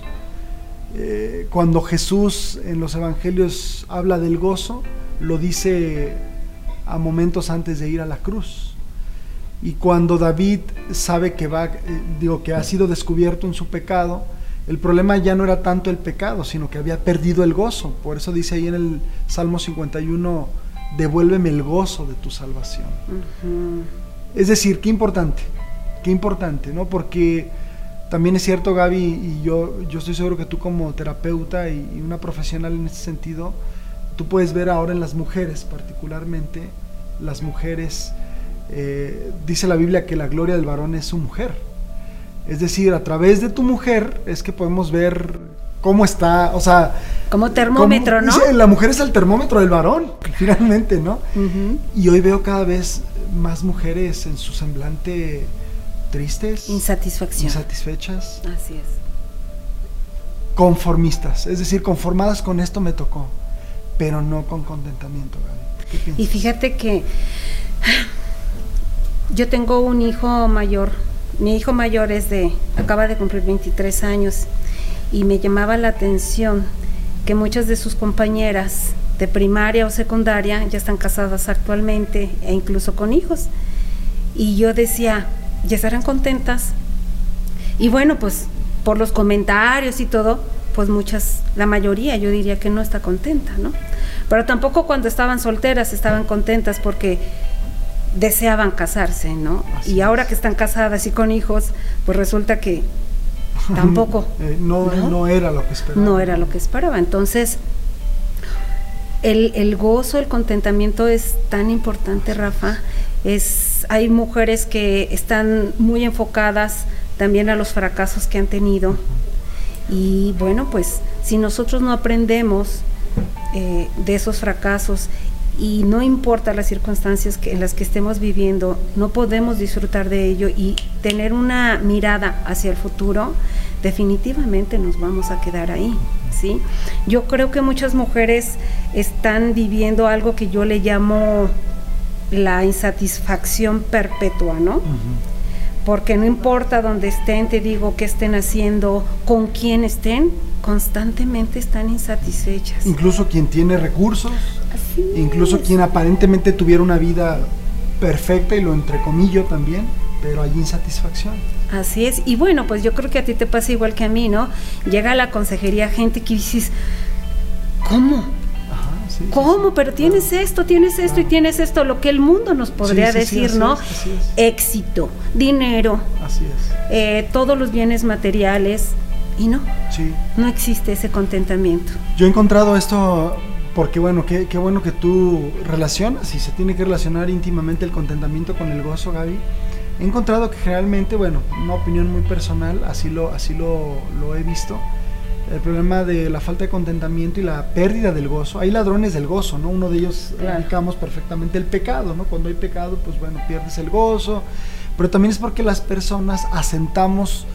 Eh, cuando Jesús en los evangelios habla del gozo, lo dice a momentos antes de ir a la cruz, y cuando David sabe que va, eh, digo que ha sido descubierto en su pecado, el problema ya no era tanto el pecado, sino que había perdido el gozo. Por eso dice ahí en el Salmo cincuenta y uno, devuélveme el gozo de tu salvación. Uh-huh. Es decir, qué importante, qué importante, ¿no? Porque también es cierto, Gaby, y yo, yo estoy seguro que tú como terapeuta y, y una profesional en ese sentido, tú puedes ver ahora en las mujeres, particularmente las mujeres, eh, dice la Biblia que la gloria del varón es su mujer. Es decir, a través de tu mujer es que podemos ver cómo está, o sea... Como termómetro, cómo, ¿no? Dice, la mujer es el termómetro del varón, finalmente, ¿no? Uh-huh. Y hoy veo cada vez más mujeres en su semblante tristes. Insatisfacción. Insatisfechas. Así es. Conformistas, es decir, conformadas con esto me tocó, pero no con contentamiento, Gaby. ¿Qué piensas? Y fíjate que yo tengo un hijo mayor, mi hijo mayor es de, acaba de cumplir veintitrés años, y me llamaba la atención que muchas de sus compañeras de primaria o secundaria ya están casadas actualmente e incluso con hijos, y yo decía, ¿ya estarán contentas? Y bueno, pues por los comentarios y todo, pues muchas, la mayoría yo diría que no está contenta, ¿no? Pero tampoco cuando estaban solteras estaban contentas porque deseaban casarse, ¿no? Así y ahora es. Que están casadas y con hijos, pues resulta que tampoco. eh, no, no, no era lo que esperaba. No era lo que esperaba. Entonces, el, el gozo, el contentamiento es tan importante, Rafa. Es, hay mujeres que están muy enfocadas también a los fracasos que han tenido. Y bueno, pues si nosotros no aprendemos eh, de esos fracasos, y no importa las circunstancias que, en las que estemos viviendo, no podemos disfrutar de ello y tener una mirada hacia el futuro, definitivamente nos vamos a quedar ahí, ¿sí? Yo creo que muchas mujeres están viviendo algo que yo le llamo la insatisfacción perpetua, ¿no? Uh-huh. Porque no importa dónde estén, te digo, qué estén haciendo, con quién estén, constantemente están insatisfechas. Incluso quien tiene recursos, Así incluso es. quien aparentemente tuviera una vida perfecta, y lo entrecomillo también, pero hay insatisfacción. Así es, y bueno, pues yo creo que a ti te pasa igual que a mí, ¿no? Llega a la consejería gente que dices, ¿cómo? Ajá, sí, ¿Cómo? sí, Pero sí, tienes claro. esto, tienes esto Claro. y tienes esto, lo que el mundo nos podría Sí, sí, sí, decir, así ¿no? es, así es. Éxito, dinero, Así es. eh, todos los bienes materiales, y no, Sí. no existe ese contentamiento. Yo he encontrado esto porque, bueno, qué, qué bueno que tú relacionas, y se tiene que relacionar íntimamente el contentamiento con el gozo, Gaby. He encontrado que generalmente, bueno, una opinión muy personal, así lo, así lo, lo he visto, el problema de la falta de contentamiento y la pérdida del gozo. Hay ladrones del gozo, ¿no? Uno de ellos, Claro. ubicamos perfectamente el pecado, ¿no? Cuando hay pecado, pues bueno, pierdes el gozo, pero también es porque las personas asentamos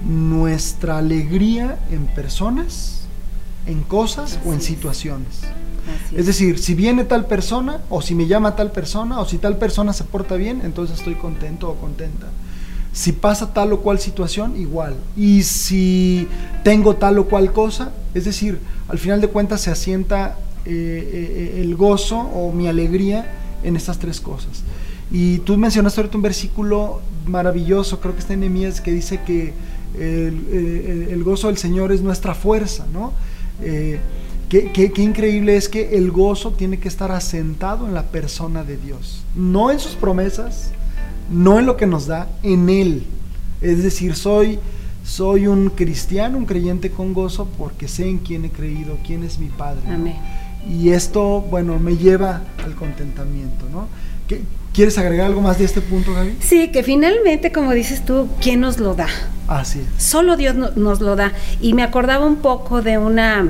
nuestra alegría en personas, en cosas Así o en es. situaciones. Así Es decir, si viene tal persona, o si me llama tal persona, o si tal persona se porta bien, entonces estoy contento o contenta. Si pasa tal o cual situación, igual. Y si tengo tal o cual cosa, es decir, al final de cuentas se asienta eh, eh, el gozo o mi alegría en estas tres cosas. Y tú mencionaste ahorita un versículo maravilloso, creo que está en Nehemías, que dice que el, el, el gozo del Señor es nuestra fuerza, ¿no? Eh, Qué, qué, qué increíble es que el gozo tiene que estar asentado en la persona de Dios, no en sus promesas, no en lo que nos da, en Él. Es decir, soy, soy un cristiano, un creyente con gozo, porque sé en quién he creído, quién es mi Padre, ¿no? Amén. Y esto, bueno, me lleva al contentamiento, ¿no? ¿Qué, ¿Quieres agregar algo más de este punto, Gaby? Sí, que finalmente, como dices tú, ¿quién nos lo da? Así es. Solo Dios no, nos lo da. Y me acordaba un poco de una...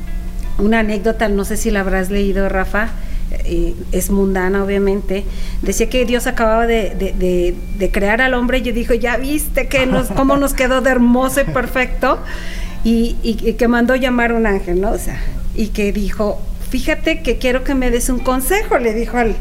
una anécdota, no sé si la habrás leído, Rafa, eh, es mundana obviamente. Decía que Dios acababa de, de, de, de crear al hombre, y yo dijo, ya viste que nos, cómo nos quedó de hermoso y perfecto, y, y, y que mandó llamar un ángel, ¿no? O sea, y que dijo, fíjate que quiero que me des un consejo, le dijo al,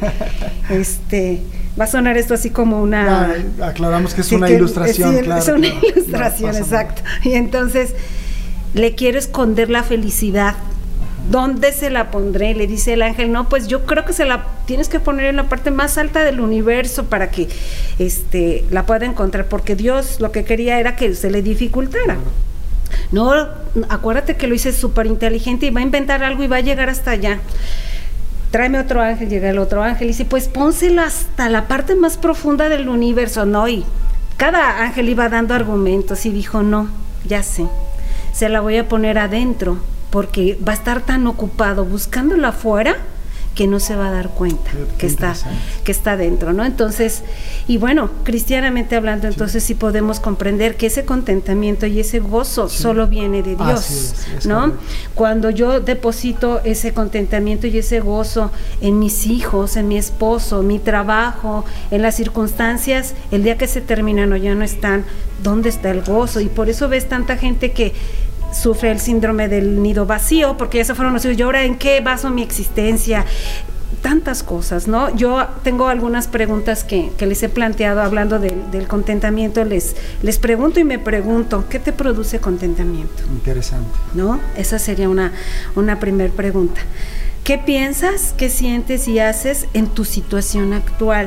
este, va a sonar esto así como una... Ah, aclaramos que es sí, una que, ilustración, sí, claro. es una claro. ilustración, No, exacto. Y entonces, le quiero esconder la felicidad. ¿Dónde se la pondré? Le dice el ángel, no, pues yo creo que se la tienes que poner en la parte más alta del universo para que este, la pueda encontrar, porque Dios lo que quería era que se le dificultara. No, acuérdate que lo hice súper inteligente y va a inventar algo y va a llegar hasta allá. Tráeme otro ángel, llega el otro ángel y dice, pues pónsela hasta la parte más profunda del universo, ¿no? Y cada ángel iba dando argumentos y dijo, no, ya sé, se la voy a poner adentro, porque va a estar tan ocupado buscándola afuera que no se va a dar cuenta Qué que está, que está dentro, ¿no? Entonces, y bueno, cristianamente hablando, entonces sí, sí podemos comprender que ese contentamiento y ese gozo sí. solo viene de Dios, es, es ¿no? correcto. Cuando yo deposito ese contentamiento y ese gozo en mis hijos, en mi esposo, mi trabajo, en las circunstancias, el día que se terminan o ya no están, ¿dónde está el gozo? Y por eso ves tanta gente que sufre el síndrome del nido vacío, porque ya se fueron los hijos, ¿y ahora en qué baso mi existencia? Tantas cosas, ¿no? Yo tengo algunas preguntas que, que les he planteado hablando de, del contentamiento, les, les pregunto y me pregunto, ¿qué te produce contentamiento? Interesante. ¿No? Esa sería una, una primer pregunta. ¿Qué piensas, qué sientes y haces en tu situación actual?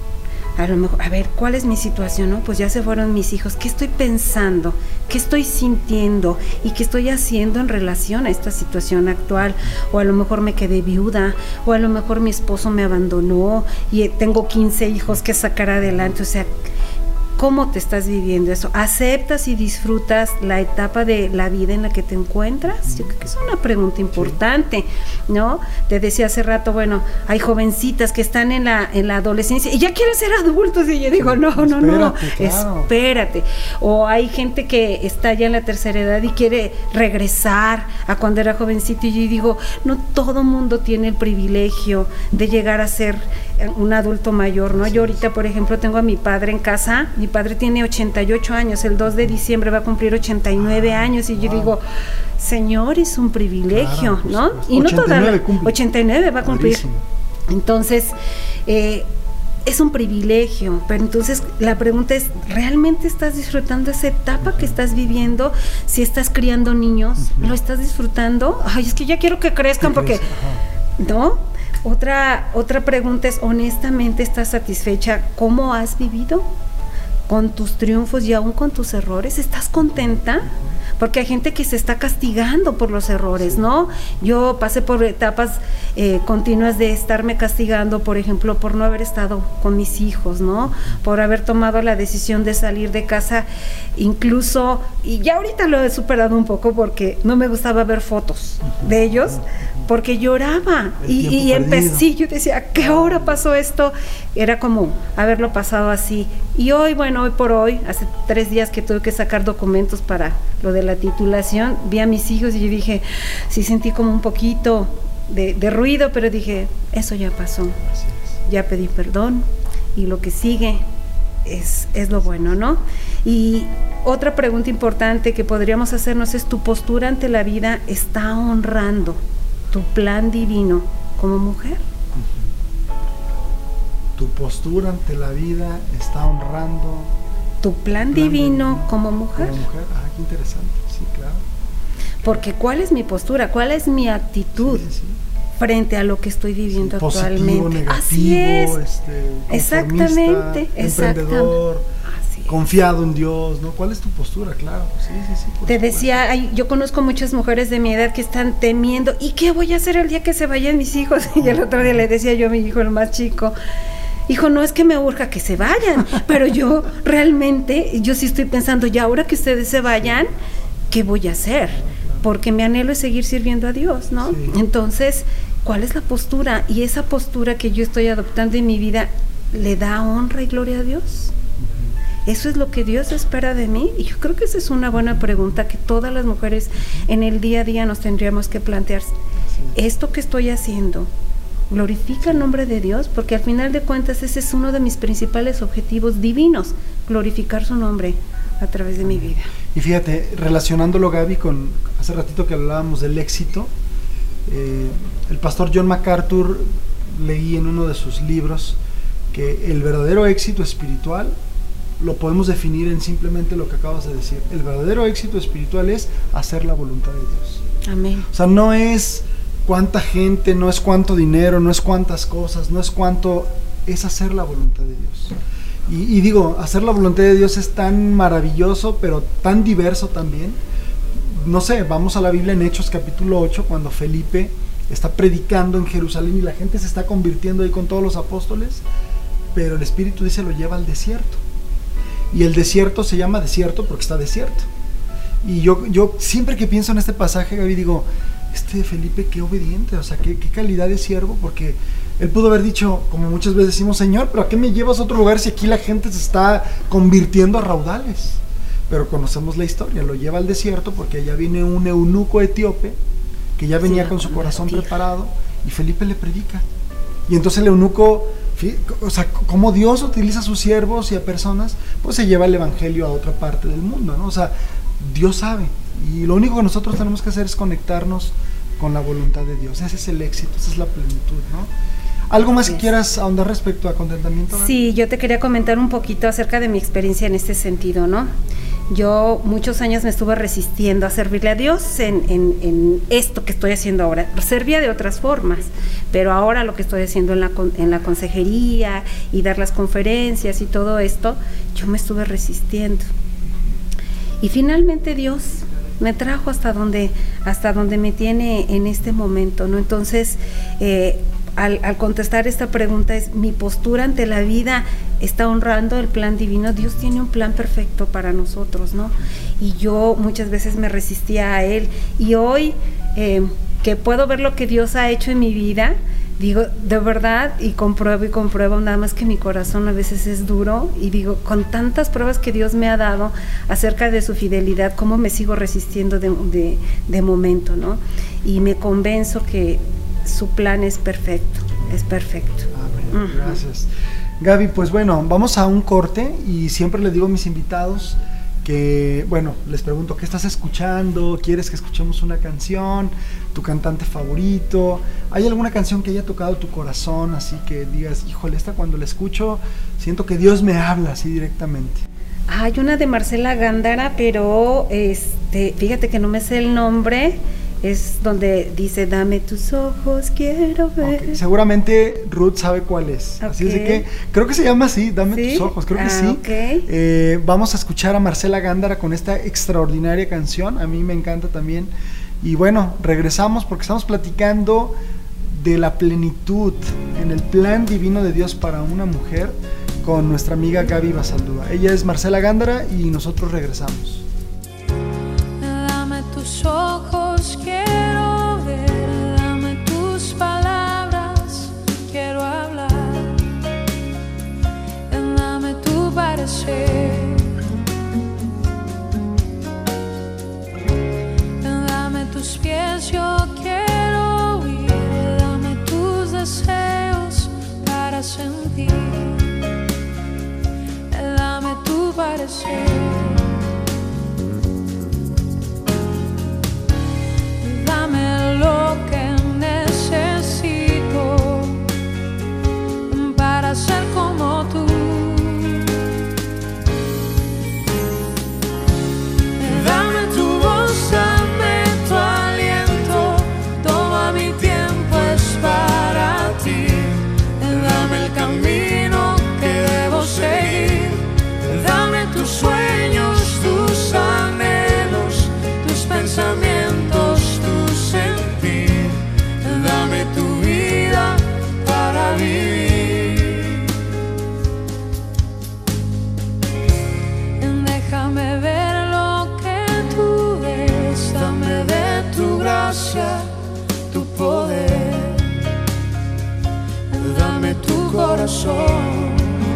A lo mejor, a ver, ¿cuál es mi situación? ¿No? Pues ya se fueron mis hijos, ¿qué estoy pensando? ¿Qué estoy sintiendo? ¿Y qué estoy haciendo en relación a esta situación actual? O a lo mejor me quedé viuda, o a lo mejor mi esposo me abandonó y tengo quince hijos que sacar adelante. O sea, ¿Cómo te estás viviendo eso? ¿Aceptas y disfrutas la etapa de la vida en la que te encuentras? Yo creo que es una pregunta importante, ¿no? Te decía hace rato, bueno, hay jovencitas que están en la en la adolescencia y ya quieren ser adultos, y yo digo, no, no, espérate, no, claro. espérate. O hay gente que está ya en la tercera edad y quiere regresar a cuando era jovencito, y yo digo, no todo mundo tiene el privilegio de llegar a ser un adulto mayor, ¿no? Yo ahorita, por ejemplo, tengo a mi padre en casa. Mi padre tiene ochenta y ocho años, el dos de diciembre va a cumplir ochenta y nueve años, y yo wow. digo, Señor, es un privilegio, claro, ¿no? Pues, y no toda la, cumple. ochenta y nueve va a cumplir. Padrísimo. Entonces, eh, es un privilegio, pero entonces la pregunta es, ¿realmente estás disfrutando esa etapa que estás viviendo? Si estás criando niños, uh-huh. ¿lo estás disfrutando? Ay, es que ya quiero que crezcan porque, ¿no? Otra, otra pregunta es, honestamente, ¿estás satisfecha? ¿Cómo has vivido? ¿Con tus triunfos y aún con tus errores? ¿Estás contenta? Porque hay gente que se está castigando por los errores, ¿no? Yo pasé por etapas eh, continuas de estarme castigando, por ejemplo, por no haber estado con mis hijos, ¿no? Por haber tomado la decisión de salir de casa, incluso, y ya ahorita lo he superado un poco porque no me gustaba ver fotos de ellos, porque lloraba y, y empecé, yo decía, ¿a qué hora pasó esto? Era como haberlo pasado así. Y hoy, bueno, hoy por hoy, hace tres días que tuve que sacar documentos para lo de la titulación, vi a mis hijos y yo dije, sí sentí como un poquito de, de ruido, pero dije, eso ya pasó, ya pedí perdón y lo que sigue es, es lo bueno, ¿no? Y otra pregunta importante que podríamos hacernos es, ¿tu postura ante la vida está honrando tu plan divino como mujer? Tu postura ante la vida está honrando tu plan, plan divino, divino como mujer. Como mujer, ah, qué interesante, sí, claro. Porque ¿cuál es mi postura? ¿Cuál es mi actitud sí, sí. frente a lo que estoy viviendo sí, positivo, actualmente? Negativo, así es. Este, exactamente, emprendedor, exactamente. Confiado en Dios, ¿no? ¿Cuál es tu postura? Claro, sí, sí, sí. Te supuesto. decía, ay, yo conozco muchas mujeres de mi edad que están temiendo, ¿y qué voy a hacer el día que se vayan mis hijos? Y el otro día le decía yo a mi hijo, el más chico, hijo, no es que me urja que se vayan, pero yo realmente, yo sí estoy pensando, ya ahora que ustedes se vayan, ¿qué voy a hacer? Porque mi anhelo es seguir sirviendo a Dios, ¿no? Sí. Entonces, ¿cuál es la postura? Y esa postura que yo estoy adoptando en mi vida, ¿le da honra y gloria a Dios? ¿Eso es lo que Dios espera de mí? Y yo creo que esa es una buena pregunta que todas las mujeres en el día a día nos tendríamos que plantear. ¿Esto que estoy haciendo glorifica el nombre de Dios? Porque al final de cuentas ese es uno de mis principales objetivos divinos, glorificar su nombre a través de mi vida. Y fíjate, relacionándolo, Gaby, con hace ratito que hablábamos del éxito, eh, el pastor John MacArthur, leí en uno de sus libros que el verdadero éxito espiritual lo podemos definir en simplemente lo que acabas de decir. El verdadero éxito espiritual es hacer la voluntad de Dios. Amén. O sea, no es cuánta gente, no es cuánto dinero, no es cuántas cosas, no es cuánto, es hacer la voluntad de Dios. Y, y digo, hacer la voluntad de Dios es tan maravilloso, pero tan diverso también. No sé, vamos a la Biblia en Hechos capítulo ocho, cuando Felipe está predicando en Jerusalén y la gente se está convirtiendo ahí con todos los apóstoles, pero el Espíritu dice, lo lleva al desierto. Y el desierto se llama desierto porque está desierto. Y yo, yo siempre que pienso en este pasaje, Gaby, digo, este Felipe, qué obediente, o sea, qué, qué calidad de siervo, porque él pudo haber dicho, como muchas veces decimos, Señor, ¿pero a qué me llevas a otro lugar si aquí la gente se está convirtiendo a raudales? Pero conocemos la historia, lo lleva al desierto porque allá viene un eunuco etíope que ya venía sí, con su corazón preparado, y Felipe le predica. Y entonces el eunuco, o sea, como Dios utiliza a sus siervos y a personas, pues se lleva el evangelio a otra parte del mundo, ¿no? O sea, Dios sabe, y lo único que nosotros tenemos que hacer es conectarnos con la voluntad de Dios. Ese es el éxito, esa es la plenitud, ¿no? ¿Algo más que quieras ahondar respecto a contentamiento? Sí, yo te quería comentar un poquito acerca de mi experiencia en este sentido, ¿no? Yo muchos años me estuve resistiendo a servirle a Dios en, en, en esto que estoy haciendo ahora. Servía de otras formas, pero ahora lo que estoy haciendo en la, en la consejería y dar las conferencias y todo esto, yo me estuve resistiendo. Y finalmente Dios me trajo hasta donde, hasta donde me tiene en este momento, ¿no? Entonces, eh, al, al contestar esta pregunta es, mi postura ante la vida está honrando el plan divino. Dios tiene un plan perfecto para nosotros, ¿no? Y yo muchas veces me resistía a él, y hoy eh, que puedo ver lo que Dios ha hecho en mi vida, digo, de verdad, y compruebo y compruebo, nada más que mi corazón a veces es duro, y digo, con tantas pruebas que Dios me ha dado acerca de su fidelidad, cómo me sigo resistiendo de, de, de momento, ¿no? Y me convenzo que su plan es perfecto, es perfecto. Amén. Uh-huh. Gracias. Gaby, pues bueno, vamos a un corte, y siempre le digo a mis invitados que, bueno, les pregunto, ¿qué estás escuchando? ¿Quieres que escuchemos una canción? ¿Tu cantante favorito? ¿Hay alguna canción que haya tocado tu corazón, así que digas, híjole, esta cuando la escucho siento que Dios me habla así directamente? Hay una de Marcela Gándara, pero este, fíjate que no me sé el nombre. Es donde dice, dame tus ojos, quiero ver. Okay. Seguramente Ruth sabe cuál es. Okay. Así es de que, creo que se llama así, dame ¿Sí? tus ojos, creo ah, que sí. Okay. Eh, vamos a escuchar a Marcela Gándara con esta extraordinaria canción, a mí me encanta también. Y bueno, regresamos porque estamos platicando de la plenitud en el plan divino de Dios para una mujer con nuestra amiga Gaby Basaldúa. Ella es Marcela Gándara y nosotros regresamos. Dame tus ojos, quiero ver, dame tus palabras, quiero hablar, dame tu parecer, dame tus pies, yo quiero ir, dame tus deseos para sentir, dame tu parecer. Dame lo que necesito para ser como tú. Dame tu voz, dame tu aliento, todo mi tiempo es para ti. Dame el camino que debo seguir, dame tus sueños, tus anhelos, tus pensamientos, dame tu vida para vivir. Déjame ver lo que tú ves, dame de tu gracia, tu poder, dame tu corazón.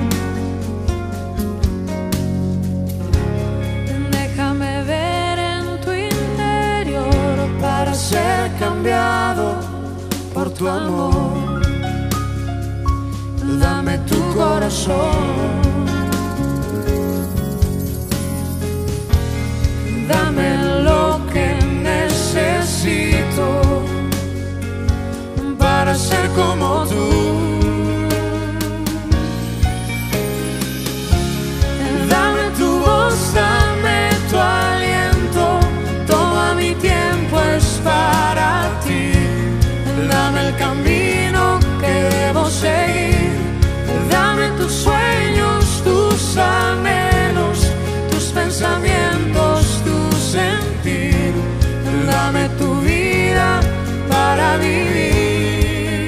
Déjame ver en tu interior para ser cambiado por tu amor, dame tu corazón, dame lo que necesito para ser como tú. Dame tu voz, dame tu aliento, todo mi tiempo es para ti. Dame el camino que debo seguir, dame tus sueños, tus anhelos, tus pensamientos, tu sentir, dame tu vida para vivir.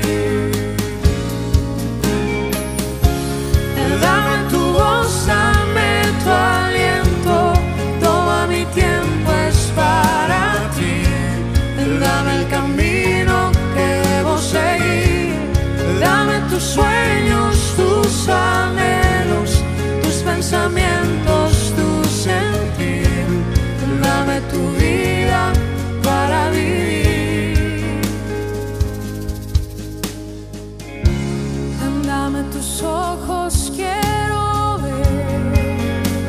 Dame tu voz, dame tu aliento, todo mi tiempo es para ti, dame el camino seguir, dame tus sueños, tus anhelos, tus pensamientos, tu sentir, dame tu vida para vivir. Dame tus ojos, quiero ver,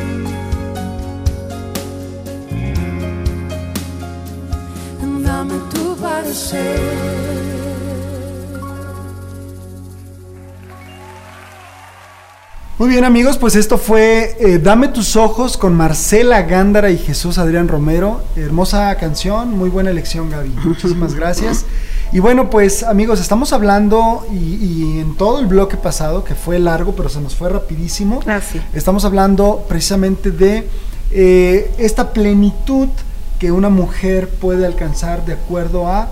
dame tu parecer. Muy bien, amigos, pues esto fue eh, Dame tus ojos con Marcela Gándara y Jesús Adrián Romero. Hermosa canción, muy buena elección, Gaby. Muchísimas gracias. Y bueno, pues amigos, estamos hablando y, y en todo el bloque pasado, que fue largo, pero se nos fue rapidísimo. Ah, sí. Estamos hablando precisamente de eh, esta plenitud que una mujer puede alcanzar de acuerdo a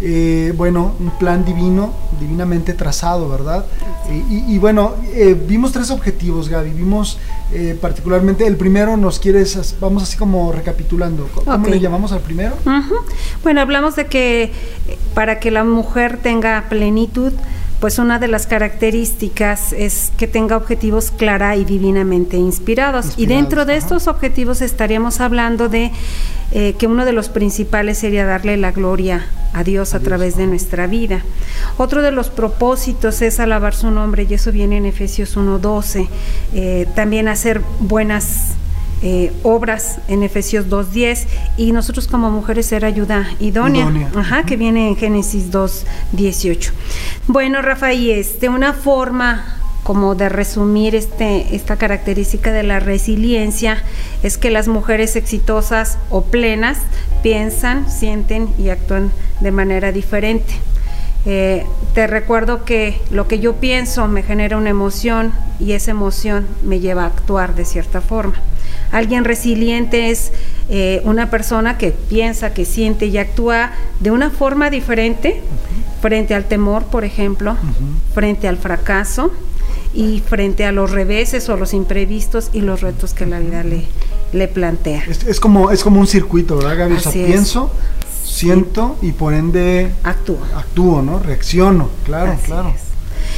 eh, bueno, un plan divino, divinamente trazado, ¿verdad? Sí. Y, y, y bueno, eh, vimos tres objetivos, Gaby. Vimos eh, particularmente, el primero nos quieres, vamos así como recapitulando. ¿Cómo okay. le llamamos al primero? Uh-huh. Bueno, hablamos de que para que la mujer tenga plenitud, pues una de las características es que tenga objetivos clara y divinamente inspirados. inspirados y dentro de ajá. estos objetivos estaríamos hablando de eh, que uno de los principales sería darle la gloria a Dios a, a Dios, través ajá. de nuestra vida. Otro de los propósitos es alabar su nombre, y eso viene en Efesios uno doce. Eh, también hacer buenas Eh, obras en Efesios dos diez, y nosotros como mujeres ser ayuda idónea, idónea. Ajá, que viene en Génesis dos dieciocho. Bueno, Rafa, y este, una forma como de resumir este, esta característica de la resiliencia es que las mujeres exitosas o plenas piensan, sienten y actúan de manera diferente. Eh, te recuerdo que lo que yo pienso me genera una emoción, y esa emoción me lleva a actuar de cierta forma. Alguien resiliente es eh, una persona que piensa, que siente y actúa de una forma diferente uh-huh. frente al temor, por ejemplo, uh-huh. frente al fracaso y frente a los reveses o los imprevistos y los retos que la vida le, le plantea. Es, es, como, es como un circuito, ¿verdad, Gaby? Así o sea, es. pienso, siento y por ende actúo, actúo, ¿no? Reacciono, claro, Así claro. Es.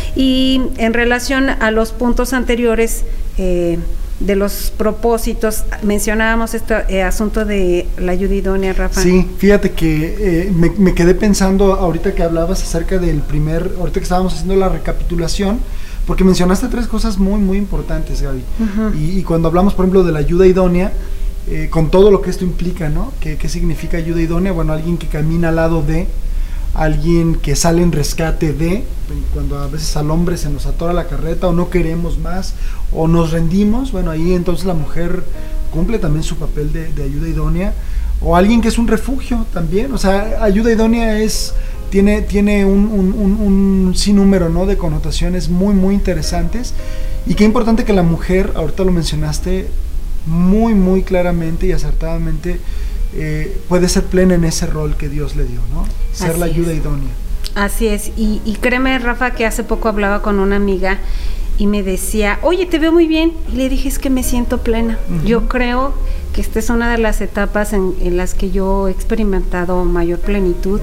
Y en relación a los puntos anteriores, eh, de los propósitos, mencionábamos este eh, asunto de la ayuda idónea, Rafa. Sí, fíjate que eh, me, me quedé pensando ahorita que hablabas acerca del primer, ahorita que estábamos haciendo la recapitulación, porque mencionaste tres cosas muy, muy importantes, Gaby. Uh-huh. Y, y cuando hablamos, por ejemplo, de la ayuda idónea, eh, con todo lo que esto implica, ¿no? ¿Qué, qué significa ayuda idónea? Bueno, alguien que camina al lado de, alguien que sale en rescate de, cuando a veces al hombre se nos atora la carreta o no queremos más o nos rendimos, bueno, ahí entonces la mujer cumple también su papel de, de ayuda idónea, o alguien que es un refugio también, o sea, ayuda idónea es, tiene, tiene un, un, un, un sinnúmero, ¿no?, de connotaciones muy, muy interesantes, y qué importante que la mujer, ahorita lo mencionaste muy, muy claramente y acertadamente, Eh, puede ser plena en ese rol que Dios le dio, ¿no? Ser Así la ayuda es. idónea. Así es, y, y créeme, Rafa, que hace poco hablaba con una amiga y me decía, oye, te veo muy bien, y le dije, es que me siento plena. Uh-huh. Yo creo que esta es una de las etapas en, en las que yo he experimentado mayor plenitud,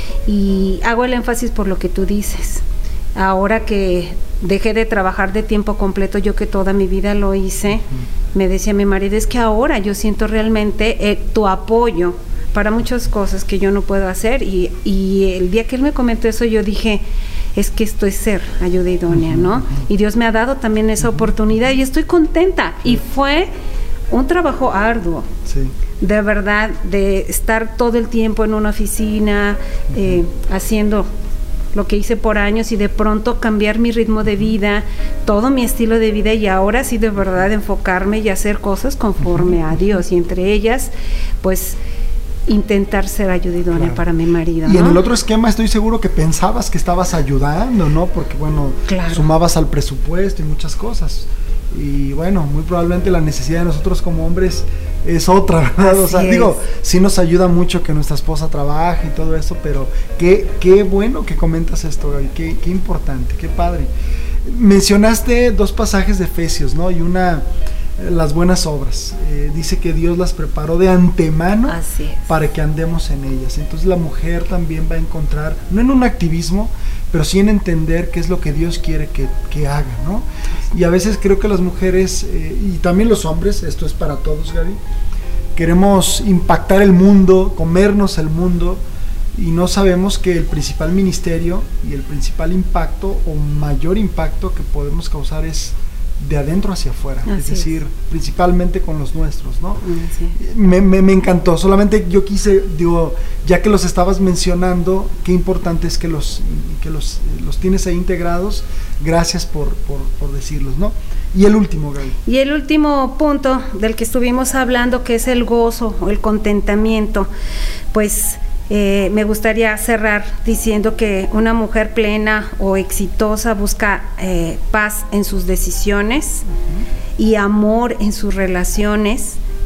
y hago el énfasis por lo que tú dices. Ahora que dejé de trabajar de tiempo completo, yo que toda mi vida lo hice, uh-huh. me decía mi marido, es que ahora yo siento realmente eh, tu apoyo para muchas cosas que yo no puedo hacer, y, y el día que él me comentó eso, yo dije, es que esto es ser ayuda idónea, uh-huh. ¿no? Y Dios me ha dado también esa uh-huh. oportunidad y estoy contenta, sí. y fue un trabajo arduo. Sí. De verdad, de estar todo el tiempo en una oficina, uh-huh. eh, haciendo lo que hice por años, y de pronto cambiar mi ritmo de vida, todo mi estilo de vida, y ahora sí de verdad enfocarme y hacer cosas conforme a Dios, y entre ellas pues intentar ser ayuda idónea claro. para mi marido, ¿no? Y en el otro esquema estoy seguro que pensabas que estabas ayudando, ¿no? Porque bueno, claro. sumabas al presupuesto y muchas cosas, y bueno, muy probablemente la necesidad de nosotros como hombres es otra, ¿verdad? Así o sea, es. digo, sí nos ayuda mucho que nuestra esposa trabaje y todo eso, pero qué, qué bueno que comentas esto, Gaby, qué, qué importante, qué padre. Mencionaste dos pasajes de Efesios, ¿no? Y una, las buenas obras. Eh, dice que Dios las preparó de antemano para que andemos en ellas. Entonces la mujer también va a encontrar, no en un activismo, pero sí en entender qué es lo que Dios quiere que, que haga, ¿no? Y a veces creo que las mujeres, eh, y también los hombres, esto es para todos, Gaby, queremos impactar el mundo, comernos el mundo, y no sabemos que el principal ministerio y el principal impacto o mayor impacto que podemos causar es de adentro hacia afuera, Así es decir, es. principalmente con los nuestros, ¿no? Sí. Me, me, me encantó, solamente yo quise, digo, ya que los estabas mencionando, qué importante es que los, que los, los tienes ahí integrados, gracias por, por, por decirlos, ¿no? Y el último, Gaby. Y el último punto del que estuvimos hablando, que es el gozo o el contentamiento, pues Eh, me gustaría cerrar diciendo que una mujer plena o exitosa busca eh, paz en sus decisiones uh-huh. y amor en sus relaciones,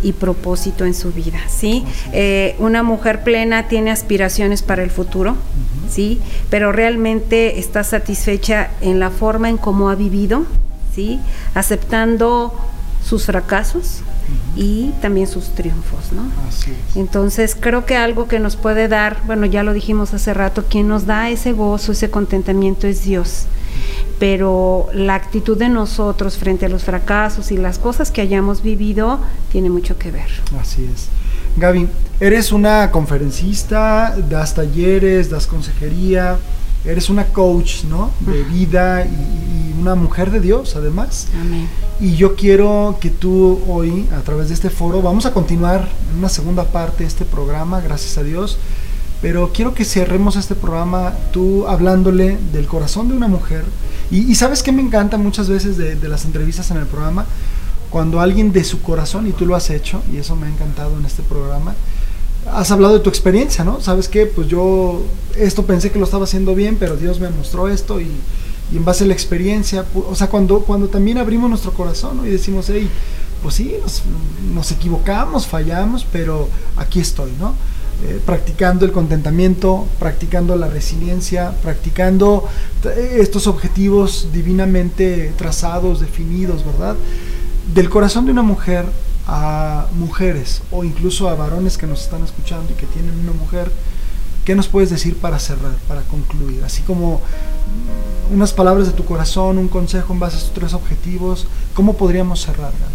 y propósito en su vida, ¿sí? Eh, una mujer plena tiene aspiraciones para el futuro, uh-huh. ¿sí? Pero realmente está satisfecha en la forma en cómo ha vivido, ¿sí? Aceptando sus fracasos uh-huh. y también sus triunfos, ¿no? Así es. Entonces creo que algo que nos puede dar, bueno, ya lo dijimos hace rato, quien nos da ese gozo, ese contentamiento es Dios. Pero la actitud de nosotros frente a los fracasos y las cosas que hayamos vivido tiene mucho que ver. Así es. Gaby, eres una conferencista, das talleres, das consejería, eres una coach, ¿no? De vida y, y una mujer de Dios, además. Amén. Y yo quiero que tú hoy, a través de este foro, vamos a continuar en una segunda parte de este programa, gracias a Dios, pero quiero que cerremos este programa tú hablándole del corazón de una mujer. Y, y ¿sabes qué me encanta muchas veces de, de las entrevistas en el programa? Cuando alguien de su corazón, y tú lo has hecho, y eso me ha encantado en este programa, has hablado de tu experiencia, ¿no? ¿Sabes qué? Pues yo esto pensé que lo estaba haciendo bien, pero Dios me mostró esto y, y en base a la experiencia, o sea, cuando, cuando también abrimos nuestro corazón, ¿no? Y decimos, hey, pues sí, nos, nos equivocamos, fallamos, pero aquí estoy, ¿no? Eh, practicando el contentamiento, practicando la resiliencia, practicando estos objetivos divinamente trazados, definidos, ¿verdad? Del corazón de una mujer a mujeres o incluso a varones que nos están escuchando y que tienen una mujer, ¿qué nos puedes decir para cerrar, para concluir? Así como unas palabras de tu corazón, un consejo en base a estos tres objetivos, ¿cómo podríamos cerrar, Gaby?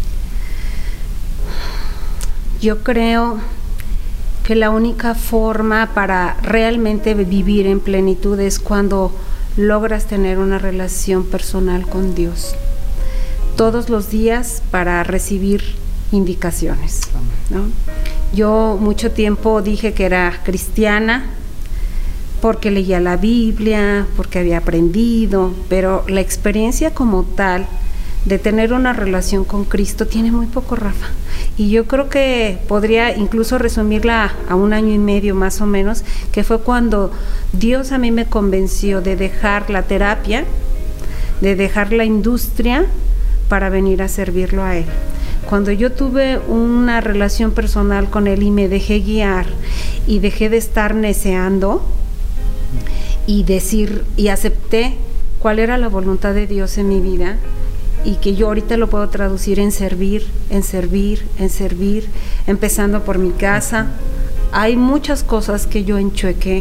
Yo creo que la única forma para realmente vivir en plenitud es cuando logras tener una relación personal con Dios todos los días para recibir indicaciones, ¿no? Yo mucho tiempo dije que era cristiana porque leía la Biblia, porque había aprendido, pero la experiencia como tal de tener una relación con Cristo tiene muy poco, Rafa. Y yo creo que podría incluso resumirla a un año y medio más o menos, que fue cuando Dios a mí me convenció de dejar la terapia, de dejar la industria para venir a servirlo a Él. Cuando yo tuve una relación personal con Él y me dejé guiar y dejé de estar neceando y decir y acepté cuál era la voluntad de Dios en mi vida, y que yo ahorita lo puedo traducir en servir, en servir, en servir, empezando por mi casa. Hay muchas cosas que yo enchuequé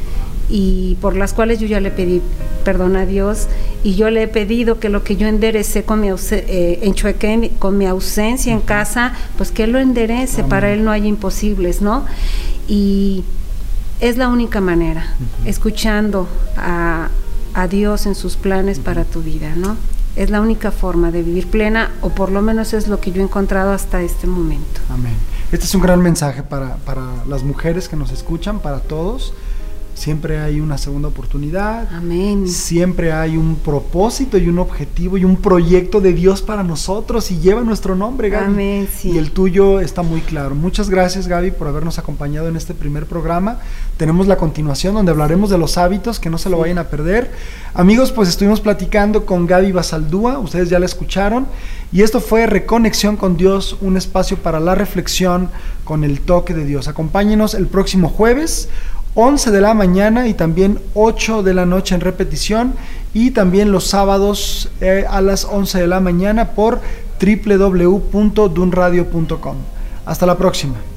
y por las cuales yo ya le pedí perdón a Dios, y yo le he pedido que lo que yo enderecé con mi ausen- eh, enchuequé con mi ausencia en casa, pues que Él lo enderece. Amén. Para Él no hay imposibles, ¿no? Y es la única manera, uh-huh. escuchando a, a Dios en sus planes uh-huh. para tu vida, ¿no? Es la única forma de vivir plena, o por lo menos es lo que yo he encontrado hasta este momento. Amén. Este es un gran mensaje para, para las mujeres que nos escuchan, para todos. Siempre hay una segunda oportunidad. Amén. Siempre hay un propósito y un objetivo y un proyecto de Dios para nosotros, y lleva nuestro nombre, Gaby. Amén, sí. Y el tuyo está muy claro. Muchas gracias, Gaby, por habernos acompañado en este primer programa. Tenemos la continuación donde hablaremos de los hábitos, que no se lo sí. vayan a perder. Amigos, pues estuvimos platicando con Gaby Basaldúa, ustedes ya la escucharon, y esto fue Reconexión con Dios, un espacio para la reflexión con el toque de Dios. Acompáñenos el próximo jueves, once de la mañana, y también ocho de la noche en repetición, y también los sábados eh, a las once de la mañana por doble u doble u doble u punto dun radio punto com. Hasta la próxima.